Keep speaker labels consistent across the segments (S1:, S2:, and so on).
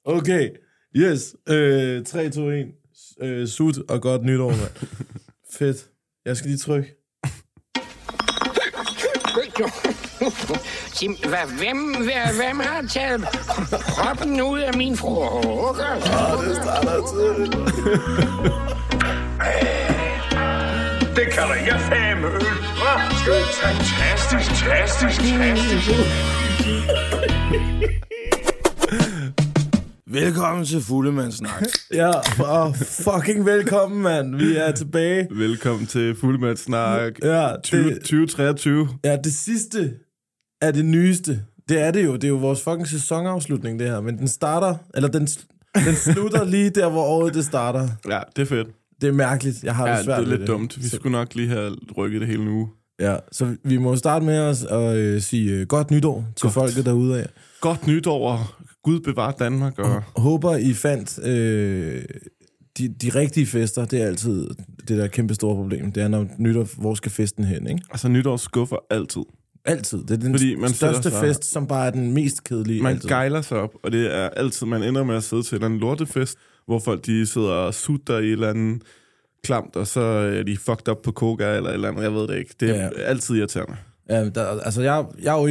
S1: Okay, yes. 3, 2, 1. Sut og godt nytår, mand. Fedt. Jeg skal lige trykke.
S2: Hvem har taget proppen ud af min frokost?
S1: Det starter tidligt.
S3: Det kalder jeg fandme øl. Fantastisk.
S1: Velkommen til Fuldemandsnak. Ja, fucking velkommen, mand. Vi er tilbage.
S4: Velkommen til Fuldemandsnak.
S1: Ja,
S4: 2023.
S1: Ja, det sidste er det nyeste. Det er det jo. Det er jo vores fucking sæsonafslutning, det her. Men den starter, eller den slutter lige der, hvor året det starter.
S4: Ja, det er fedt.
S1: Det er mærkeligt. Jeg har det svært
S4: det er
S1: med
S4: lidt dumt. Vi skulle nok lige have rykket det hele nu.
S1: Ja, så vi må starte med os og sige godt nytår til folket derude af.
S4: Godt nytår. Gud bevarer Danmark. Og
S1: håber, I fandt de rigtige fester. Det er altid det der kæmpe store problem. Det er, når nytår, hvor skal festen hen, ikke?
S4: Altså, nytår skuffer altid.
S1: Altid. Det er den største fest, som bare er den mest kedelige.
S4: Man
S1: altid
S4: gejler sig op, og det er altid, man ender med at sidde til en lortefest, hvor folk de sidder og sutter i et eller andet klamt, og så er de fucked up på coca eller et eller andet. Jeg ved det ikke. Det er altid irriterende.
S1: Ja, jeg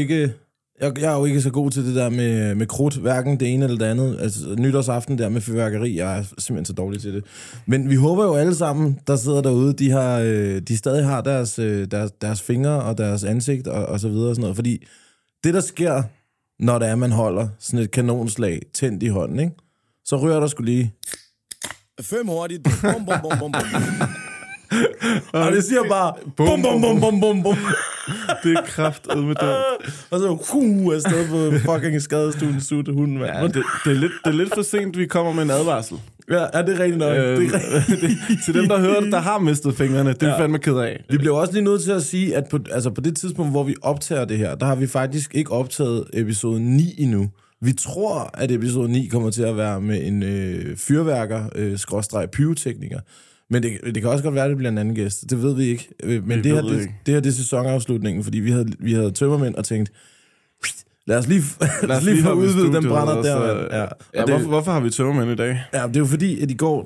S1: er jo ikke så god til det der med krudt, hverken det ene eller det andet. Altså nytårsaften der med fyrværkeri, jeg er simpelthen så dårlig til det. Men vi håber jo alle sammen, der sidder derude, de stadig har deres fingre og deres ansigt og så videre og sådan noget. Fordi det, der sker, når det er, man holder sådan et kanonslag tændt i hånden, ikke? Så rører der sgu lige 5 hurtigt. Bum, bum, bum, bum, bum. Og det siger bare bum, bum, bum, bum, bum, bum.
S4: Det er kraftedme med dumt.
S1: Og så afsted på fucking skadestuen sutte hunden, mand.
S4: Ja, det er lidt for sent, vi kommer med en advarsel.
S1: Ja, det er rigtigt nok.
S4: Til dem, der hører det, der har mistet fingrene, det er fandme ked af.
S1: Vi bliver også lige nødt til at sige, at på det tidspunkt, hvor vi optager det her, der har vi faktisk ikke optaget episode 9 endnu. Vi tror, at episode 9 kommer til at være med en fyrværker-pyrotekniker. Men det kan også godt være, at det bliver en anden gæst. Det ved vi ikke. Men det her er sæsonafslutningen, fordi vi havde tømmermænd og tænkt, lad os lige få udvidet den brænder der.
S4: Ja, hvorfor har vi tømmermænd i dag?
S1: Ja, det er jo fordi, at i går...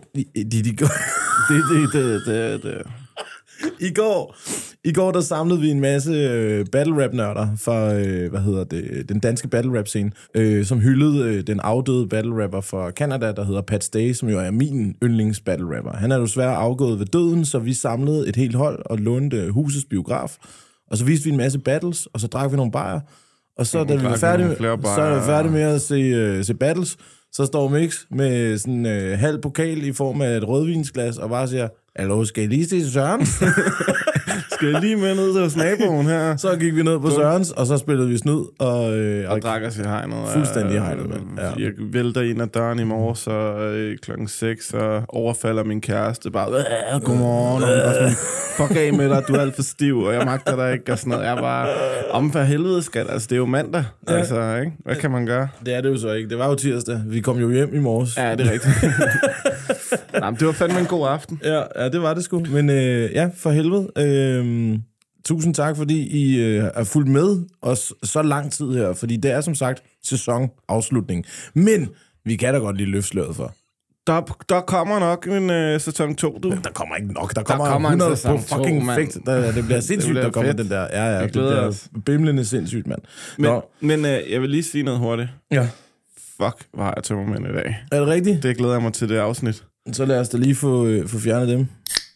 S1: I går der samlede vi en masse battle rap nørder fra den danske battle rap scene, som hyldede den afdøde battle rapper fra Canada, der hedder Pat Stay, som jo er min yndlings battle rapper. Han er jo desværre afgået ved døden, så vi samlede et helt hold og lånte husets biograf, og så viste vi en masse battles, og så drak vi nogle bajer, og så da vi var færdige med at se battles, så står Mix med sådan en halv pokal i form af et rødvinsglas, og bare siger, hallo, skal I lige se Søren?
S4: Skal jeg lige med ned til naboen her?
S1: Så gik vi ned på Sørens, og så spillede vi snyd.
S4: Og drak os i hegnet.
S1: Fuldstændig i hegnet, mand. Ja.
S4: Jeg vælter ind ad døren i morges, og klokken 6, og overfalder min kæreste. Bare, godmorgen. Og sådan, fuck af med dig, du er alt for stiv, og jeg magter dig ikke. Og sådan noget. Jeg var om for helvede, skat. Altså, det er jo mandag. Ja. Altså, ikke? Hvad kan man gøre?
S1: Det er det jo så ikke. Det var jo tirsdag. Vi kom jo hjem i morges.
S4: Ja, det er rigtigt. Nej, men det var fandme en god aften.
S1: Ja, det var det sgu. Men for helvede. Tusind tak, fordi I er fulgt med os så lang tid her, fordi det er som sagt sæsonafslutning. Men vi kan da godt lige løfte sløret for.
S4: Der kommer nok en sæson 2, du.
S1: Der kommer ikke nok. Der kommer 100 på fucking fekt. Det bliver sindssygt, der kommer den der. Ja, det bliver bimlende sindssygt, mand.
S4: Men jeg vil lige sige noget hurtigt.
S1: Ja.
S4: Fuck, hvor har jeg tømmermænd i dag.
S1: Er det rigtigt?
S4: Det glæder jeg mig til det afsnit.
S1: Så lad os da lige få fjernet dem.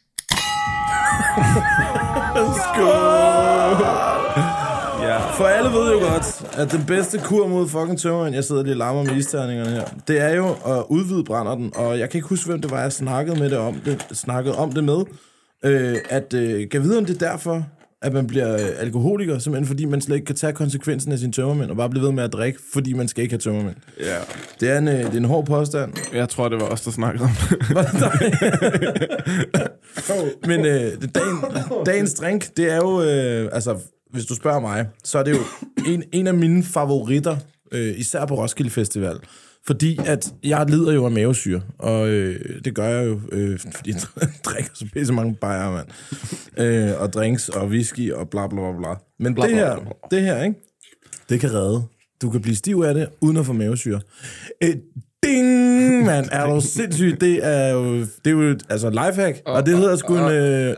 S1: Ja. For alle ved jo godt, at den bedste kur mod fucking tømmermænd, jeg sidder lige og larmer med isterningerne her, det er jo at udvide brænderten, og jeg kan ikke huske, hvem det var, jeg snakkede om det med, kan vide, om det er derfor, at man bliver alkoholiker, simpelthen fordi man slet ikke kan tage konsekvensen af sin tømmermænd, og bare blive ved med at drikke, fordi man skal ikke have tømmermænd.
S4: Ja.
S1: Det er en hård påstand.
S4: Jeg tror, det var os, der snakkede om det.
S1: Men dagens drink, det er jo, hvis du spørger mig, så er det jo en af mine favoritter, især på Roskilde Festival. Fordi at jeg lider jo af mavesyre, og det gør jeg jo, fordi jeg drikker så pisse mange bajer, mand. Og drinks og whisky og bla bla bla. Men det her, ikke? Det kan redde. Du kan blive stiv af det, uden at få mavesyre. Ding! fucking, mand. Er du sindssygt? Det er jo altså lifehack, og det hedder sgu en...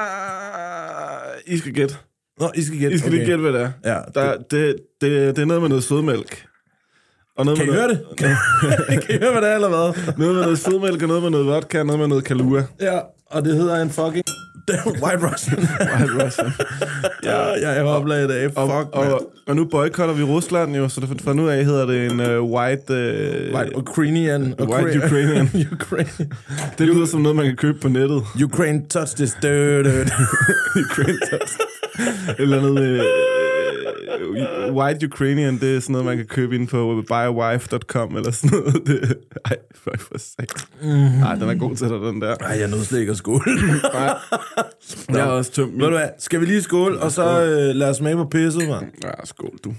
S4: I skal gætte.
S1: Nå, I skal gætte.
S4: I skal lige gætte, hvad det er.
S1: Ja,
S4: det er noget med noget sødmælk. Og noget
S1: kan I høre det? Kan I høre, hvad det er, eller hvad?
S4: Noget med noget sødmælk, og noget med noget vodka, og noget med noget Kahlua.
S1: Ja, og det hedder en fucking... White Russian.
S4: White Russian.
S1: Jeg er oplaget af.
S4: Og nu boykotter vi Rusland jo, så fra nu af hedder det en
S1: White Ukrainian.
S4: White Ukrainian. Det lyder som noget, man kan købe på nettet.
S1: Ukraine touched this.
S4: Ukraine touched. Eller noget White Ukrainian, det er sådan noget, man kan købe ind på buywife.com eller sådan noget. Ej, for sat. Nej, den er god til dig, den der.
S1: Ej, jeg nåede slet ikke at skåle.
S4: Jeg er også tømt.
S1: Ved du hvad, skal vi lige skåle, og så lad os smage på pisset, mand?
S4: Ja, skål, du.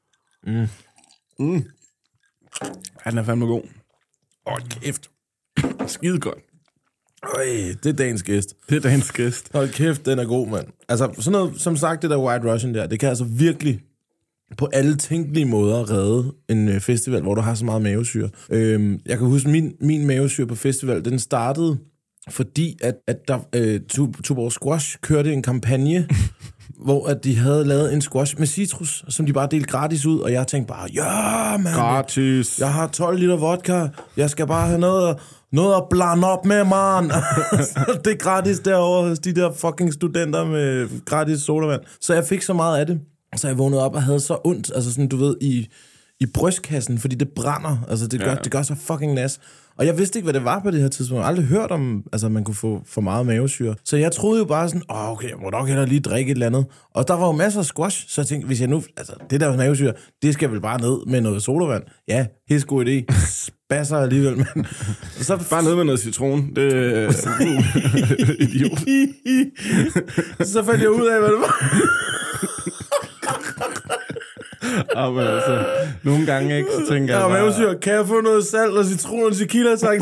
S4: Ja, den er fandme god.
S1: Kæft.
S4: Skide godt.
S1: Øj, det er dagens gæst.
S4: Det er dagens gæst.
S1: Hold kæft, den er god, mand. Altså, sådan noget, som sagt, det der White Russian der, det kan altså virkelig på alle tænkelige måder redde en festival, hvor du har så meget mavesyre. Jeg kan huske, min mavesyre på festival, den startede, fordi at der Tuborg Squash kørte en kampagne, hvor at de havde lavet en squash med citrus, som de bare delte gratis ud, og jeg tænkte bare, ja, mand.
S4: Gratis.
S1: Jeg har 12 liter vodka, jeg skal bare have noget at blande op med, man. Det er gratis derovre hos de der fucking studenter med gratis sodavand. Så jeg fik så meget af det. Så jeg vågnede op og havde så ondt, altså sådan, du ved, i brystkassen, fordi det brænder. Altså, det gør så fucking nas. Og jeg vidste ikke, hvad det var på det her tidspunkt. Jeg har aldrig hørt om, altså, man kunne få for meget mavesyre. Så jeg troede jo bare sådan, okay, jeg må nok hellere lige drikke et eller andet. Og der var jo masser af squash, så jeg tænkte, hvis jeg nu, altså, det der mavesyre, det skal vel bare ned med noget sodavand. Ja, helt god idé. Spasser alligevel, men...
S4: Så bare ned med noget citron. Det er idiot.
S1: Så fandt jeg ud af, hvad det var.
S4: Men altså, nogle gange ikke, så tænker jeg bare...
S1: mavesyre, kan jeg få noget salt og citron og tequila, tak?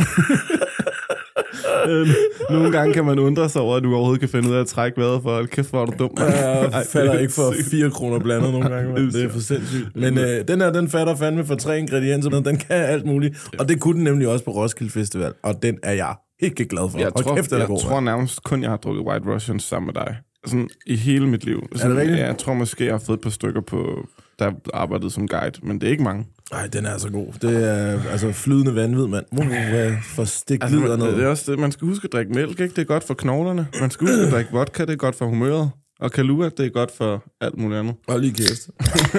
S4: Nogle gange kan man undre sig over, at du overhovedet kan finde ud af at trække vejret for. Hold kæft, hvor er du dum.
S1: Jeg fatter ikke for 4 kroner blandet nogle gange. Det er for sindssygt. Men den her, den fatter fandme for 3 ingredienser. Den kan alt muligt. Og det kunne den nemlig også på Roskilde Festival. Og den er jeg ikke glad for.
S4: Jeg tror nærmest kun, jeg har drukket White Russian sammen med dig. Sådan i hele mit liv. Sådan,
S1: er det rigtigt?
S4: Ja, jeg tror måske, jeg har fået et par stykker på... der arbejdede som guide, men det er ikke mange.
S1: Nej, den er så god. Det er altså flydende vanvid, mand. For stik
S4: altså,
S1: videre noget.
S4: Det er også det. Man skal huske at drikke mælk, ikke? Det er godt for knoglerne. Man skal huske at drikke vodka, det er godt for humøret. Og Kahlua, det er godt for alt muligt andet.
S1: Og lige kæft.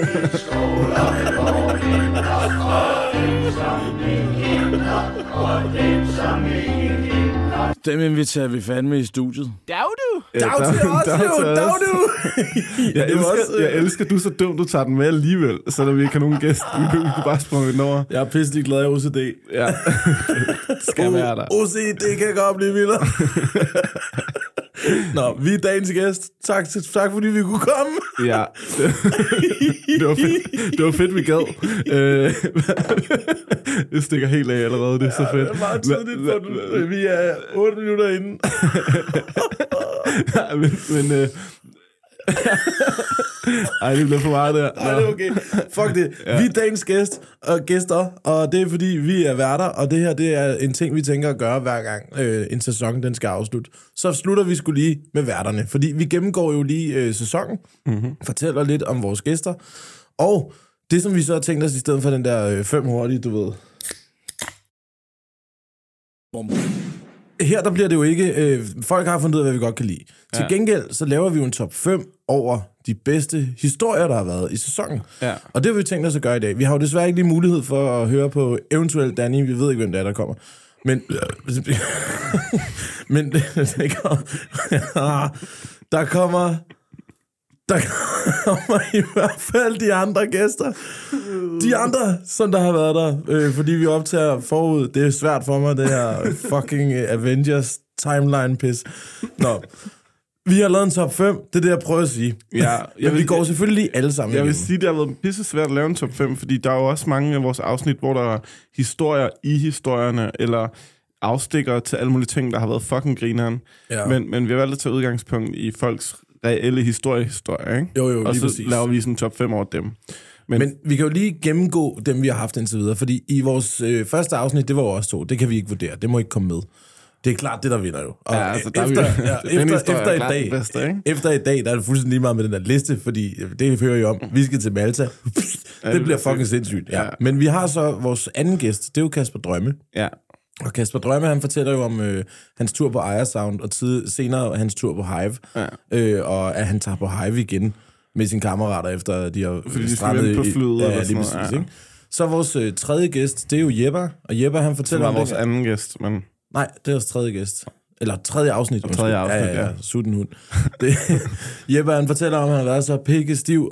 S1: Dem inviterer vi fandme i studiet.
S5: Dag du!
S1: Dag du!
S4: Jeg elsker, du er så dum, du tager den med alligevel, så der vi ikke har nogen gæst. Vi kunne bare sprunge den over.
S1: Jeg er pisselig glad af OCD.
S4: Ja. Skal være der.
S1: OCD kan godt blive vildere. Nå, vi er dagens gæst. Tak fordi vi kunne komme.
S4: Ja. Det var fedt, vi gad. Det stikker helt af allerede, det er så fedt.
S1: Det er meget tidligt, for vi er 8 minutter inde.
S4: Ja, men ej, det blev for meget der.
S1: Nej, det er okay. Fuck det. Ja. Vi er dagens gæster, og det er fordi, vi er værter, og det her, det er en ting, vi tænker at gøre hver gang en sæson, den skal afslutte. Så slutter vi sgu lige med værterne, fordi vi gennemgår jo lige sæsonen, fortæller lidt om vores gæster, og det, som vi så har tænkt os, i stedet for den der 5 hurtige, du ved. Her der bliver det jo ikke... folk har fundet ud af, hvad vi godt kan lide. Ja. Til gengæld, så laver vi jo en top 5 over de bedste historier, der har været i sæsonen. Ja. Og det har vi tænkt os at gøre i dag. Vi har jo desværre ikke lige mulighed for at høre på eventuelt Danny. Vi ved ikke, hvem det er, der kommer. Men... men der kommer i hvert fald de andre gæster. De andre, som der har været der. Fordi vi optager forud. Det er svært for mig, det her fucking Avengers timeline-pis. Nå. Vi har lavet en top 5. Det er det, jeg prøver at sige. Ja, vi går selvfølgelig lige alle sammen.
S4: Jeg vil sige, det har været pisse svært at lave en top 5, fordi der er jo også mange af vores afsnit, hvor der er historier i historierne, eller afstikker til alle mulige ting, der har været fucking grineren. Ja. Men vi har valgt at tage udgangspunkt i folks reelle historie, ikke?
S1: Jo,
S4: og
S1: lige
S4: så
S1: præcis.
S4: laver vi sådan en top 5 over dem.
S1: Men vi kan jo lige gennemgå dem, vi har haft indtil videre, fordi i vores første afsnit, det var jo også 2, det kan vi ikke vurdere, det må ikke komme med. Det er klart det, der vinder jo. Og
S4: altså,
S1: efter i dag, der er det fuldstændig lige meget med den der liste, fordi det hører jo om. Vi skal til Malta. Det bliver fucking sindssygt. Ja. Men vi har så vores anden gæst, det er jo Kasper Drømme.
S4: Ja.
S1: Og Kasper Drømme, han fortæller jo om hans tur på Aya Sound, og senere hans tur på Hive. Ja. Og at han tager på Hive igen med sine kammerater, efter de har
S4: strandet på flyet.
S1: Ja, lige præcis, ikke? Så vores tredje gæst, det er jo Jeppe. Og Jeppe, han fortæller
S4: om vores anden gæst, men...
S1: Nej, det er vores tredje gæst. Eller tredje afsnit.
S4: Tredje afsnit, ja.
S1: Sutten hund. Jeppe, han fortæller om, at han har været så pikkestiv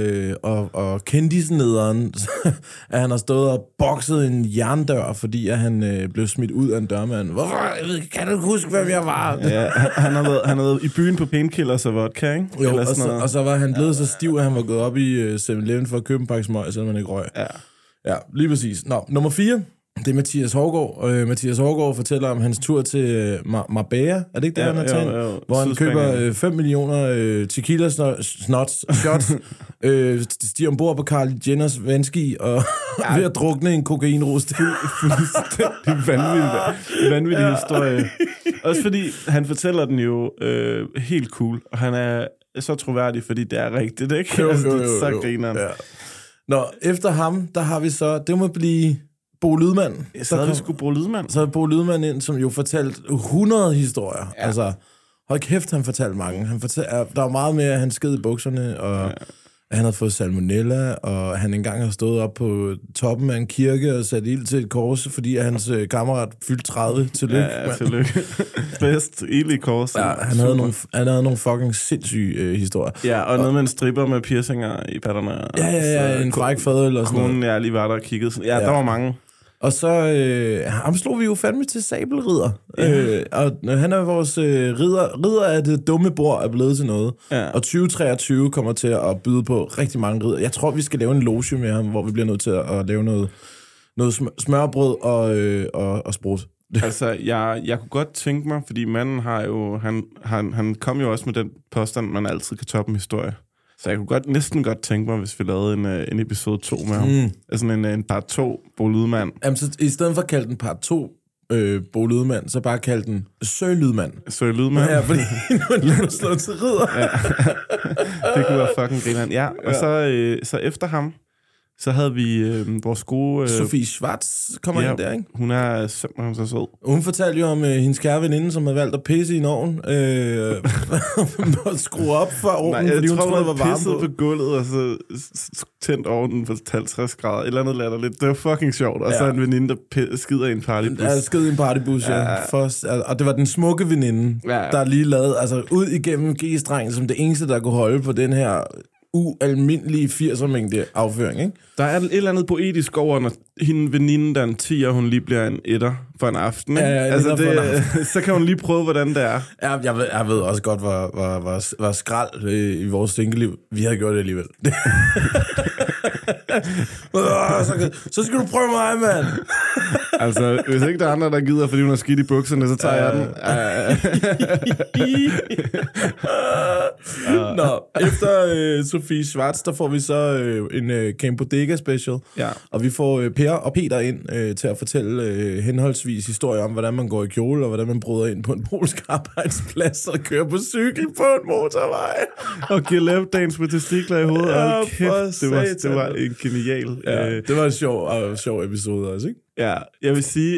S1: og kendisnederen, at han har stået og bokset en jerndør, fordi at han blev smidt ud af en dørmand. Hvorfor? Kan du ikke huske, hvem jeg var?
S4: Ja, han har været i byen på painkillers og vodka, ikke?
S1: Jo, og så var han blevet så stiv, at han var gået op i 7-Eleven for at købe en pakke smøg, selvom han ikke røg. Ja, lige præcis. Nå, nummer 4. Det er Mathias Hårgaard, og Mathias Hårgaard fortæller om hans tur til Marbella, er det ikke det, han har taget? Hvor han køber 5 millioner tequila shots, stiger ombord på Carl Jenners vandski, og ved at drukne en kokainrus. Det er
S4: fuldstændig vanvittig historie. Også fordi han fortæller den jo helt cool, og han er så troværdig, fordi det er rigtigt, ikke?
S1: Jo.
S4: Så griner han.
S1: Ja. Nå, efter ham, der har vi så, det må blive... Bo Lydman.
S4: Så havde vi sgu Bo Lydman.
S1: Så havde Bo Lydman ind, som jo fortalte 100 historier. Ja. Altså, hold kæft, han fortalte mange. Der var meget mere, at han sked i bukserne, og at han havde fået salmonella, og han engang har stået op på toppen af en kirke og sat ild til et kors, fordi hans kammerat fyldte 30. Tillykke.
S4: Ja, tillykke. Bedst ild i kors.
S1: Ja, han havde nogle fucking sindssyge historier.
S4: Ja, og noget med en stripper med piercinger i patterne.
S1: Ja, en fræk fadøl og sådan noget.
S4: Jeg lige var der og kiggede. Ja, der var mange.
S1: Og så ham slog vi jo fandme til sabelridder. Og han er vores ridder af det dumme bord er blevet til noget. Ja. Og 2023 kommer til at byde på rigtig mange ridder. Jeg tror, vi skal lave en loge med ham, hvor vi bliver nødt til at lave noget smørbrød og sprut.
S4: Altså, jeg kunne godt tænke mig, fordi manden har jo... Han kom jo også med den påstand, man altid kan toppe en historie. Så jeg kunne næsten godt tænke mig, hvis vi lavede en episode 2 med ham. Altså en part 2 Bo Lydman.
S1: Jamen, så i stedet for at kalde den part 2 Bo Lydman, så bare kalde den Sølydmand.
S4: Sølydmand?
S1: Ja, fordi nu er han slået til ridder.
S4: Ja. Det kunne være fucking grineren. Ja, og så efter ham, så havde vi vores gode...
S1: Sofie Schwartz kommer ind der, ikke?
S4: Hun er simpelthen så sød.
S1: Hun fortalte jo om hendes kære veninde, som havde valgt at pisse i en ovn. Og skrue op for ovnen, fordi hun troede, det var varme
S4: på gulvet, og så tændt ovnen på 50 grader. Et eller andet latterligt. Det var fucking sjovt. Og så en veninde, der skider i en partybus.
S1: Ja, skid i en partybus, ja. Og det var den smukke veninde, der lige lavede, altså ud igennem G-strengen, som det eneste, der kunne holde på den her ualmindelige 80'er-mængde afføring, ikke?
S4: Der er et eller andet poetisk over, når hende veninde, der er en 10'er, hun lige bliver en 1'er for en aften, ikke?
S1: Ja, altså
S4: så kan hun lige prøve, hvordan det er.
S1: Ja, jeg ved også godt, hvor skrald i vores single-liv. Vi havde gjort det alligevel. Så skal du prøve mig, mand!
S4: Altså, hvis ikke der er andre, der gider, fordi hun har skidt i bukserne, så tager jeg den.
S1: Nå, efter Sofie Schwartz, der får vi så en Camp Bodega special. Ja. Og vi får Per og Peter ind til at fortælle henholdsvis historier om, hvordan man går i kjole, og hvordan man bryder ind på en polsk arbejdsplads og kører på cykel på en motorvej.
S4: Og giver lapdance med testikler i hovedet. Ja, kæft, det var en genial.
S1: Ja, det var en sjov episode også, ikke?
S4: Ja, jeg vil sige,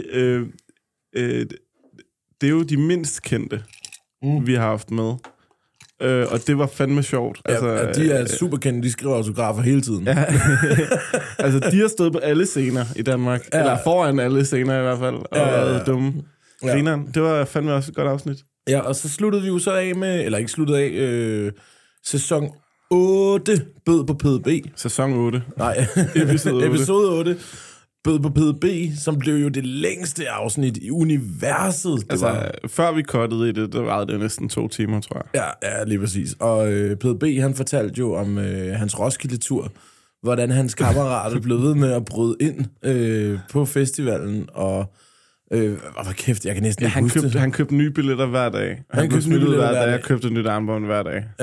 S4: det er jo de mindst kendte, vi har haft med. Og det var fandme sjovt.
S1: Ja, altså, de er super kendte, de skriver autografer hele tiden.
S4: Ja. Altså, de har stået på alle scener i Danmark. Ja. Eller foran alle scener i hvert fald. Og været dumme. Grineren. Det var fandme også et godt afsnit.
S1: Ja, og så sluttede vi jo så af med, eller ikke sluttede af, sæson 8 bød på PDB.
S4: Sæson 8.
S1: Nej, episode 8. Bød på PDB, som blev jo det længste afsnit i universet.
S4: Før vi cuttede i det, der var det næsten 2 timer, tror jeg.
S1: Ja, lige præcis. Og PDB, han fortalte jo om hans Roskilde-tur, hvordan hans kammerater blev ved med at bryde ind på festivalen, og hvor kæft, jeg kan næsten ikke huske det.
S4: Han købte nye billetter hver dag. Han købte nye billetter hver dag. Jeg købte nyt armbånd hver dag.
S1: Ja.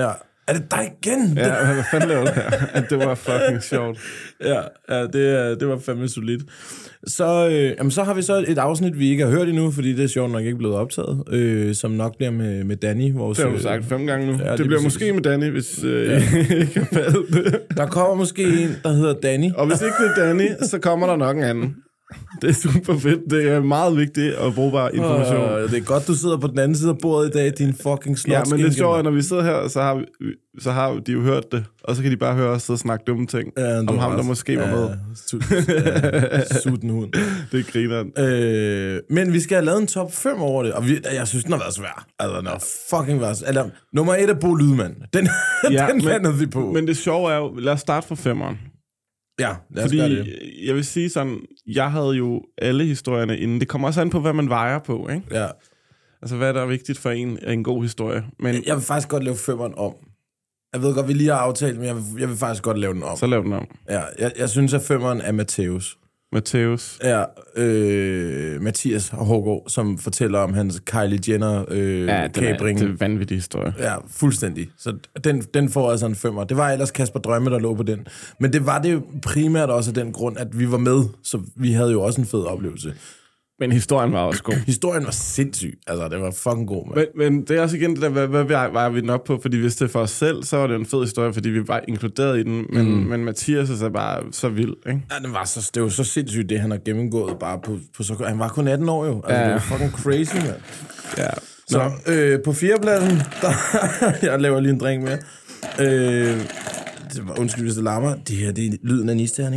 S1: Er det dig igen?
S4: Ja, hvad fanden lavede det her? Det var fucking sjovt.
S1: Ja, det var fandme solidt. Så har vi så et afsnit, vi ikke har hørt endnu, fordi det er sjovt nok ikke blevet optaget, som nok bliver med Danny. Vores,
S4: det har du sagt 5 gange nu.
S1: Ja,
S4: det bliver måske med Danny, hvis I ikke har fattet det.
S1: Der kommer måske en, der hedder Danny.
S4: Og hvis ikke det er Danny, så kommer der nok en anden. Det er super fedt. Det er meget vigtigt at bruge bare information.
S1: Det er godt, du sidder på den anden side af bordet i dag, din fucking slot.
S4: Ja, men det er sjovt, at når vi sidder her, så har de jo hørt det, og så kan de bare høre os sidde og snakke dumme ting om ham, der måske var med.
S1: Sutten hund.
S4: Det er grineren.
S1: Men vi skal have lavet en top 5 over det, og jeg synes, den har været svær. Altså, den har fucking været svær. Altså, nummer 1 er Bo Lydman. Den landede vi på.
S4: Men det sjove er jo, lad os starte fra 5'eren.
S1: Ja, lad os gøre det.
S4: Jeg vil sige sådan, jeg havde jo alle historierne inden. Det kommer også an på, hvad man vejer på, ikke?
S1: Ja.
S4: Altså, hvad der er vigtigt for en god historie. Men
S1: jeg vil faktisk godt lave 5'eren om. Jeg ved godt, vi lige har aftalt, men jeg vil faktisk godt lave den om.
S4: Så lav den om.
S1: Ja, jeg synes, at 5'eren er Matthæus. Ja, Mathias Hågaard, som fortæller om hans Kylie Jenner kabring.
S4: Det er en vanvittig historie.
S1: Ja, fuldstændig. Så den får altså en 5'er. Det var ellers Kasper Drømme, der lå på den. Men det var det jo primært også af den grund, at vi var med, så vi havde jo også en fed oplevelse.
S4: Men historien var også god.
S1: Historien var sindssyg. Altså, det var fucking god, mand.
S4: Men det er også igen det der, hvad vejer vi den op på? Fordi hvis det er for os selv, så var det en fed historie, fordi vi var inkluderet i den. Men Mathias er så bare så vild, ikke?
S1: Ja, det var så sindssygt, det han har gennemgået bare på så... Han var kun 18 år jo. Altså, det var fucking crazy, mand.
S4: Ja.
S1: Så på 4. pladsen, der... jeg laver lige en drink mere. Undskyld, hvis det larmer. Det her, det er lyden af en isterning.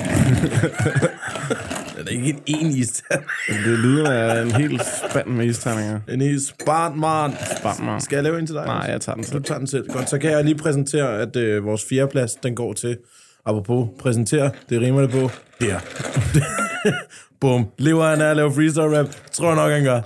S1: Det er ikke en isterning.
S4: Det lyder af en helt spand med isterninger.
S1: En helt spand, man. Skal jeg lave en til dig?
S4: Nej, jeg tager den selv.
S1: Du tager den selv. Godt, så kan jeg lige præsentere, at vores 4. plads, den går til, apropos præsentere, det rimer det på, her. Bum. Lever han af at lave freestyle rap? Tror jeg nok, han gør.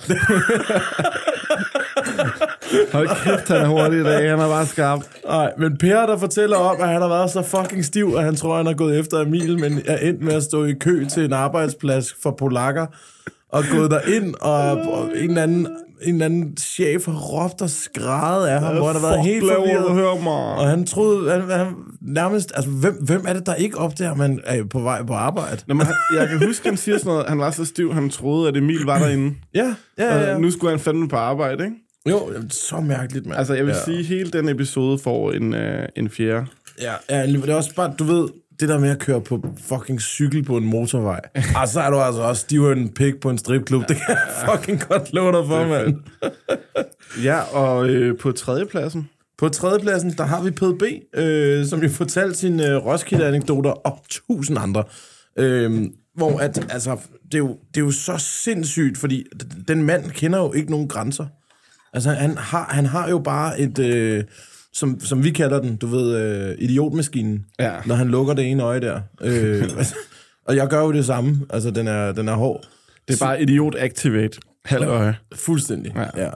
S4: Hold kæft, han er hurtig i dag. Han er bare skarp.
S1: Nej, men Per, der fortæller om, at han har været så fucking stiv, at han tror, han har gået efter Emil, men er endt med at stå i kø til en arbejdsplads for polakker, og gået derind, og en eller anden chef har råbt og skrædet af ham, hvor han har været helt forvirret. Og han troede, han nærmest... Altså, hvem er det, der ikke opdager, man er på vej på arbejde?
S4: Nå, men jeg kan huske, han siger sådan noget, han var så stiv, han troede, at Emil var derinde.
S1: Ja.
S4: Nu skulle han fandme på arbejde, ikke?
S1: Jo, så mærkeligt, mand.
S4: Altså, jeg vil sige, hele den episode får en 4.
S1: Ja, det er også bare, du ved, det der med at køre på fucking cykel på en motorvej. Og så er du altså også stiv en pik på en stripklub. Det kan jeg fucking godt love dig for, mand.
S4: Ja, og på 3. pladsen?
S1: På 3. pladsen, der har vi PDB, som jo fortalte sine Roskilde-anekdoter og 1000 andre. Hvor at, altså, det er jo så sindssygt, fordi den mand kender jo ikke nogen grænser. Altså, han har jo bare et... Som vi kalder den, du ved, idiotmaskinen, når han lukker det ene øje der. Og jeg gør jo det samme. Altså, den er hård.
S4: Det er bare idiot-activate. Halv øje.
S1: Fuldstændig, ja.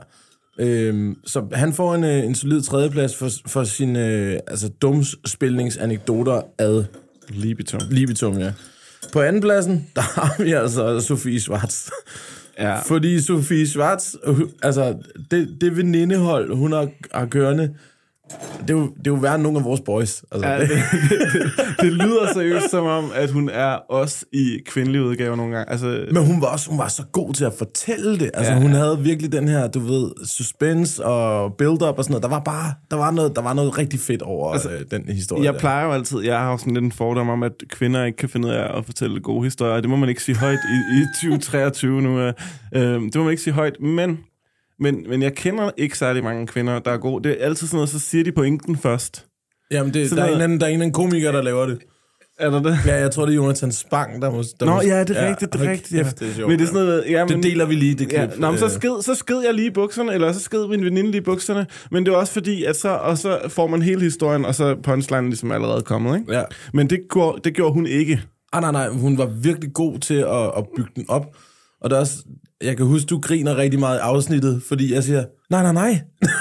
S1: Så han får en solid 3. plads for sine dumspilningsanekdoter ad libitum, ja. På 2. pladsen, der har vi altså Sofie Schwartz. Ja. Fordi Sofie Schwartz, altså det venindehold, hun har kørende, det er jo værre end nogle af vores boys. Altså.
S4: Ja, det lyder seriøst som om, at hun er også i kvindelige udgaver nogle gange. Altså,
S1: men hun var så god til at fortælle det. Altså, hun havde virkelig den her, du ved, suspense og build-up og sådan noget. Der var noget rigtig fedt over den historie.
S4: Jeg plejer jo altid, jeg har jo sådan lidt en fordom om, at kvinder ikke kan finde ud af at fortælle gode historier. Det må man ikke sige højt i 2023 nu. Det må man ikke sige højt, men jeg kender ikke særlig mange kvinder, der er gode. Det er altid sådan noget, så siger de pointen først.
S1: Jamen, der er en anden komiker, der laver det.
S4: Er der det?
S1: Ja, jeg tror, det er Jonathan Spang, der
S4: Nå, ja, det er rigtigt, det er rigtigt. Ja.
S1: Det er sjovt,
S4: men det er sådan noget... Ja,
S1: det deler vi lige, det klip. Ja,
S4: nå, men så sked jeg lige i bukserne, eller så sked min veninde lige i bukserne. Men det er også fordi, at så får man hele historien, og så punchline ligesom allerede kommet, ikke? Ja. Men det gjorde hun ikke.
S1: Nej, hun var virkelig god til at bygge den op. Og der er også... Jeg kan huske, du griner rigtig meget i afsnittet, fordi jeg siger, nej.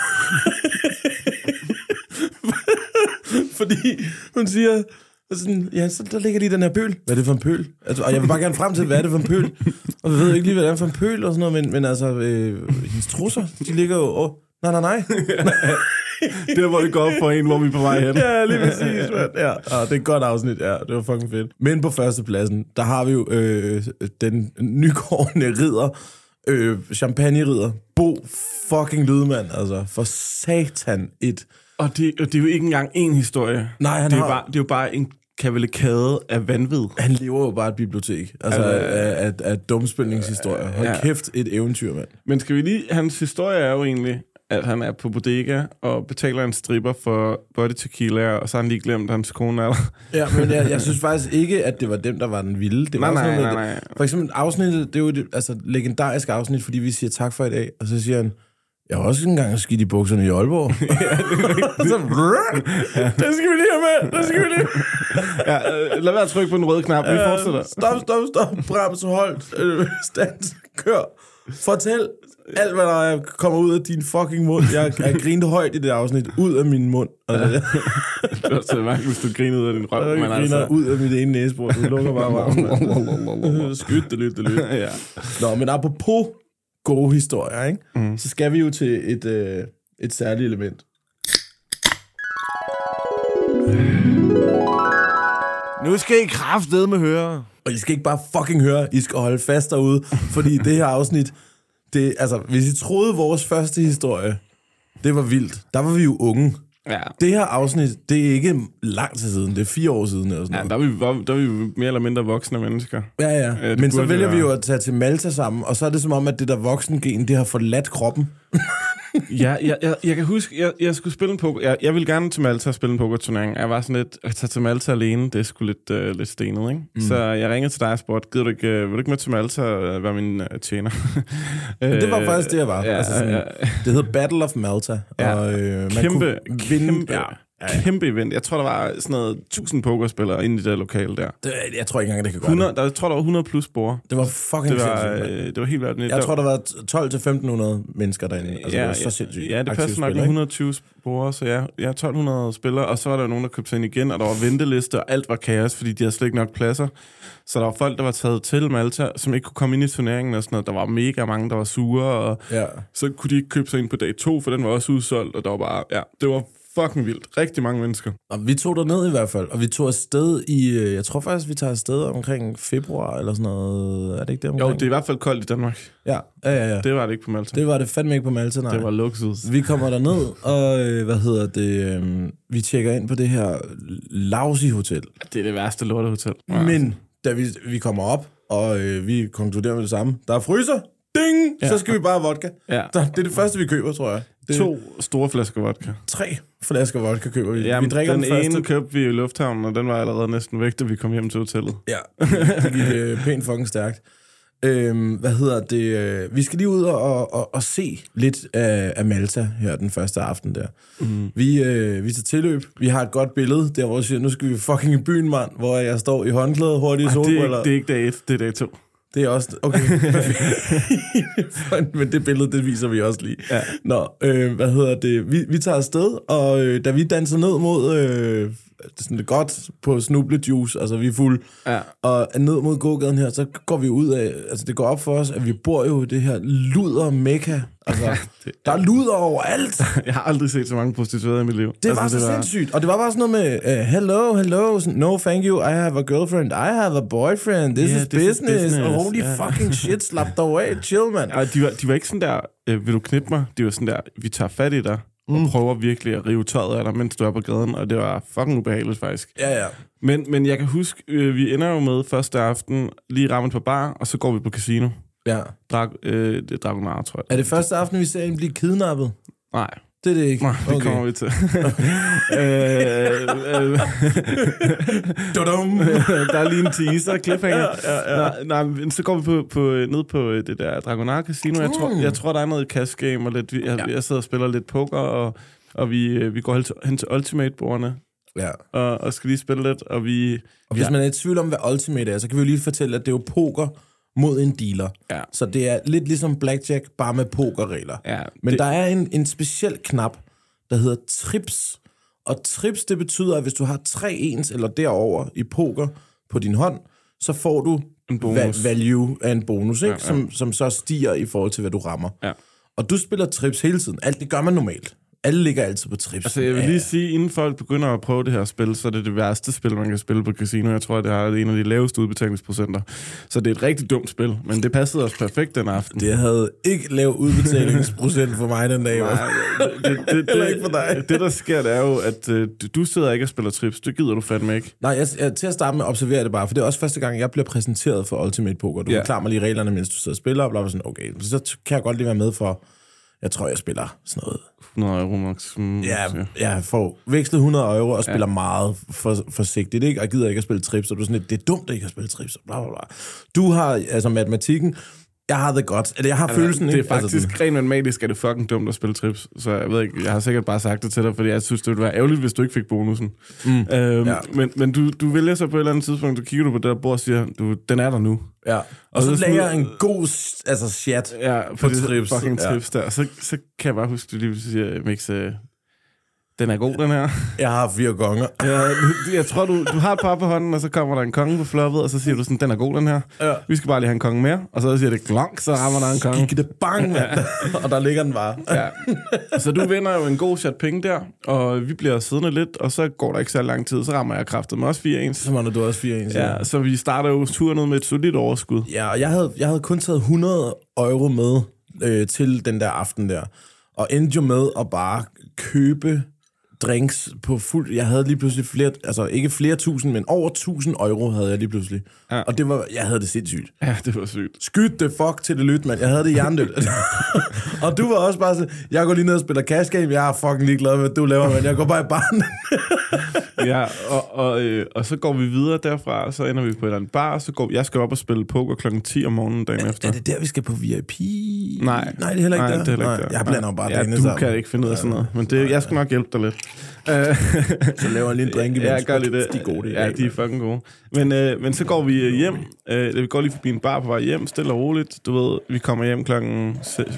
S1: Fordi hun siger, sådan, ja, så der ligger lige den her pøl. Hvad er det for en pøl? Altså, og jeg vil bare gerne frem til, hvad er det for en pøl? Og vi ved ikke lige, hvad det er for en pøl og sådan noget, men altså, hendes trusser, de ligger jo, nej.
S4: Det er, hvor det går op for en, hvor vi er på vej hen.
S1: Ja, lige præcis, man. Ja, det er et godt afsnit. Ja, det var fucking fedt. Men på førstepladsen, der har vi jo den nykårende ridder, champagne-ridder, Bo fucking Lydmand, altså. For satan et...
S4: Og det er jo ikke engang én historie.
S1: Nej,
S4: det er jo bare en kavalkade af vanvid.
S1: Han lever jo bare et bibliotek. Altså af dumspilningshistorier. Hold kæft, et eventyr, mand.
S4: Men skal vi lige... Hans historie er jo egentlig, at han er på bodega og betaler en stripper for body tequila, og så har han lige glemt, at hans kone er der.
S1: Ja, men jeg synes faktisk ikke, at det var dem, der var den vilde. Det var
S4: nej.
S1: For eksempel afsnittet, det er jo et legendarisk afsnit, fordi vi siger tak for i dag, og så siger han, jeg har også engang skidt i bukserne i Aalborg. Så, det skal vi lige have med. Det skal vi lige.
S4: Lad være at trykke på den røde knap. Vi fortsætter.
S1: Stop. Brems, hold. Stand. Kør. Fortæl alt, hvad der kommer ud af din fucking mund. Jeg grinte højt i det afsnit. Ud af min mund.
S4: Det var så mærkeligt, hvis du griner ud af din røv.
S1: Jeg griner ud af mit ene næsebord. Du lukker bare varmen. Skyt, det lyt. Ja. Nå, men apropos gode historier, ikke? Så skal vi jo til et særligt element.
S5: Nu skal I kraftedeme høre.
S1: Og I skal ikke bare fucking høre, I skal holde fast derude, fordi det her afsnit, hvis I troede vores første historie, det var vildt. Der var vi jo unge.
S4: Ja.
S1: Det her afsnit, det er ikke lang tid siden, det er 4 år siden eller sådan noget.
S4: Der er vi jo mere eller mindre voksne mennesker.
S1: Ja. Men så vælger vi jo at tage til Malta sammen, og så er det som om, at det der voksengen, det har forladt kroppen.
S4: Ja, jeg kan huske, jeg skulle spille en poker. Jeg ville gerne til Malta og spille en pokerturnering. Jeg var sådan lidt, at tage til Malta alene, det er sgu lidt stenet, ikke? Så jeg ringede til dig og spurgte, vil du ikke med til Malta og være min tjener?
S1: Det var faktisk det, jeg var. Altså sådan, det hedder Battle of Malta.
S4: Ja.
S1: Og man kunne vinde...
S4: Kæmpe event. Jeg tror, der var sådan noget 1000 pokerspillere inde i det lokale der.
S1: Jeg tror ikke engang, det kan gøre
S4: 100, Jeg tror, der var 100 plus borde.
S1: Det var fucking sindssygt.
S4: Det var helt værd.
S1: Jeg tror, der var 12-1500 mennesker derinde. Altså, det var så sindssygt.
S4: Ja, det passer nok med 120 borde, så ja, 1200 spillere, og så var der nogen, der købte sig ind igen, og der var venteliste, og alt var kaos, fordi de havde slet ikke nok pladser. Så der var folk, der var taget til Malta, som ikke kunne komme ind i turneringen og sådan noget. Der var mega mange, der var sure, og så kunne de ikke købe sig ind på dag 2, for den var også udsolgt, og der var bare, det var fucking vildt. Rigtig mange mennesker.
S1: Og vi tog derned i hvert fald, og vi tog afsted i, jeg tror faktisk, vi tager afsted omkring februar eller sådan noget. Er det ikke det omkring?
S4: Jo, det er i hvert fald koldt i Danmark.
S1: Ja.
S4: Det var det ikke på Malta.
S1: Det var det fandme ikke på Malta, nej.
S4: Det var luksus.
S1: Vi kommer derned, og vi tjekker ind på det her lousy hotel.
S4: Det er det værste lortehotel.
S1: Men da vi kommer op, og vi konkluderer med det samme. Der er fryser. Ding! Ja. Så skal vi bare have vodka. Ja. Det er det første, vi køber, tror jeg.
S4: 2 store flasker vodka.
S1: 3 flasker vodka køber vi.
S4: Jamen,
S1: vi drikker
S4: den ene købte vi i lufthavnen, og den var allerede næsten væk, da vi kom hjem til hotellet.
S1: Ja, det gik pænt fucking stærkt. Vi skal lige ud og se lidt af Malta her den første aften der. Vi tager tilløb. Vi har et godt billede, der hvor jeg siger, nu skal vi fucking i byen, mand, hvor jeg står i håndklæde, hurtigt i solbriller.
S4: Det er ikke dag 1, det er dag 2.
S1: Det er også... Okay. Men det billede, det viser vi også lige. Ja. Nå, Vi tager afsted, og da vi danser ned mod... sådan lidt godt på snublejuice, altså vi er fuld, og ned mod gågaden her, så går vi ud af... Altså det går op for os, at vi bor jo i det her luder-mekka. Altså, der er luder overalt.
S4: Jeg har aldrig set så mange prostituerede i mit liv.
S1: Det var så sindssygt. Og det var bare sådan noget med, hello, no thank you, I have a girlfriend, I have a boyfriend, this is business. Holy fucking shit, slap dig af, chill, man.
S4: Ja, de var ikke sådan der, vil du knippe mig? De var sådan der, vi tager fat i dig, og prøver virkelig at rive tøjet af dig, mens du er på gaden, og det var fucking ubehageligt, faktisk.
S1: Ja.
S4: Men jeg kan huske, vi ender jo med første aften, lige rammet på bar, og så går vi på casino.
S1: Ja.
S4: Det er Dragonar, tror jeg.
S1: Er det første aften, vi ser en blive kidnappet?
S4: Nej.
S1: Det er det ikke.
S4: Nej, det kommer vi til. Der er lige en teaser, cliffhanger. Ja. Nej, så går vi ned på det der Dragonar Casino. Jeg tror, der er noget cash game, og lidt, jeg sidder og spiller lidt poker, og vi går hen til Ultimate-bordene. Ja. Og skal lige spille lidt, og
S1: hvis man er i tvivl om, hvad Ultimate er, så kan vi jo lige fortælle, at det er jo poker mod en dealer. Ja. Så det er lidt ligesom blackjack, bare med pokerregler. Ja, men der er en speciel knap, der hedder trips. Og trips, det betyder, at hvis du har 3 ens eller derover i poker på din hånd, så får du en value af en bonus, ikke? Som så stiger i forhold til, hvad du rammer. Ja. Og du spiller trips hele tiden. Alt det gør man normalt. alle ligger altid på trips.
S4: Altså, jeg vil lige sige, inden folk begynder at prøve det her spil, så er det værste spil, man kan spille på casino. Jeg tror, det har en af de laveste udbetalingsprocenter. Så det er et rigtig dumt spil, men det passede os perfekt den aften.
S1: Det havde ikke lav udbetalingsprocent for mig den dag.
S4: Nej,
S1: Ikke for dig.
S4: Det, der sker, det er jo, at du sidder ikke og spiller trips. Det gider du fandme ikke.
S1: Nej, jeg til at starte med observerer det bare, for det er også første gang, jeg bliver præsenteret for Ultimate Poker. Du forklarer mig lige reglerne, mens du sidder og spiller, og bla, sådan, okay, så kan jeg godt lige være med for, jeg tror, jeg spiller sådan noget.
S4: 100 euro maksimum.
S1: Ja, jeg får vekslet 100 euro og spiller meget forsigtigt, ikke? Og gider ikke at spille trips, og du er sådan lidt, det er dumt, at ikke at spille trips, og bla, bla, bla. Du har, altså matematikken, jeg har det godt. Eller jeg har følelsen,
S4: det er
S1: ikke?
S4: faktisk rent matematisk, er det fucking dumt at spille trips. Så jeg ved ikke, jeg har sikkert bare sagt det til dig, fordi jeg synes, det ville være ærgerligt, hvis du ikke fik bonusen. Men du vælger så på et eller andet tidspunkt, du kigger på det der bord og siger, den er der nu.
S1: Ja. Og så lægger jeg en god chat
S4: på trips. Fucking trips der. Så kan jeg bare huske, at du lige siger, Mix, den er god, den her.
S1: Jeg har 4 konger.
S4: Ja, jeg tror, du har et par på hånden, og så kommer der en konge på floppet, og så siger du sådan, den er god, den her. Ja. Vi skal bare lige have en konge mere. Og så siger det klonk, så rammer der en konge.
S1: Gik det bang, mand. Og der ligger den bare.
S4: Ja. Så du vinder jo en god chat penge der, og vi bliver siddende lidt, og så går der ikke så lang tid, så rammer jeg kraftet med også 4-1.
S1: Så var du også 4-1.
S4: Ja, så vi starter jo turen ud med et solidt overskud.
S1: Ja, og jeg havde kun taget 100 euro med til den der aften der, og endte jo med at bare købe drinks på fuld. Jeg havde lige pludselig flere, altså ikke flere tusind, men over 1000 euro havde jeg lige pludselig. Ja. Og jeg havde det sindssygt.
S4: Ja, det var sygt.
S1: Skyt det fuck til det lyt, mand. Jeg havde det hjernedødt. Og du var også bare så, jeg går lige ned og spiller cash game, jeg er fucking ligeglad med, hvad du laver, men jeg går bare i barnen.
S4: Ja, og så går vi videre derfra, så ender vi på et eller andet bar, så jeg skal op og spille poker klokken 10 om morgenen dagen efter.
S1: Er det der, vi skal på VIP?
S4: Nej.
S1: Det er heller ikke der.
S4: Det er heller ikke der.
S1: Jeg blander bare
S4: dagene
S1: sammen.
S4: Du kan ikke finde ud af sådan noget, men jeg skal nok hjælpe dig lidt.
S1: Så laver jeg lige en drink imens.
S4: Ja, gør lige det.
S1: De er gode,
S4: de er fucking gode. Men så går vi hjem. Vi går lige forbi en bar på vej hjem, stille og roligt. Du ved, vi kommer hjem klokken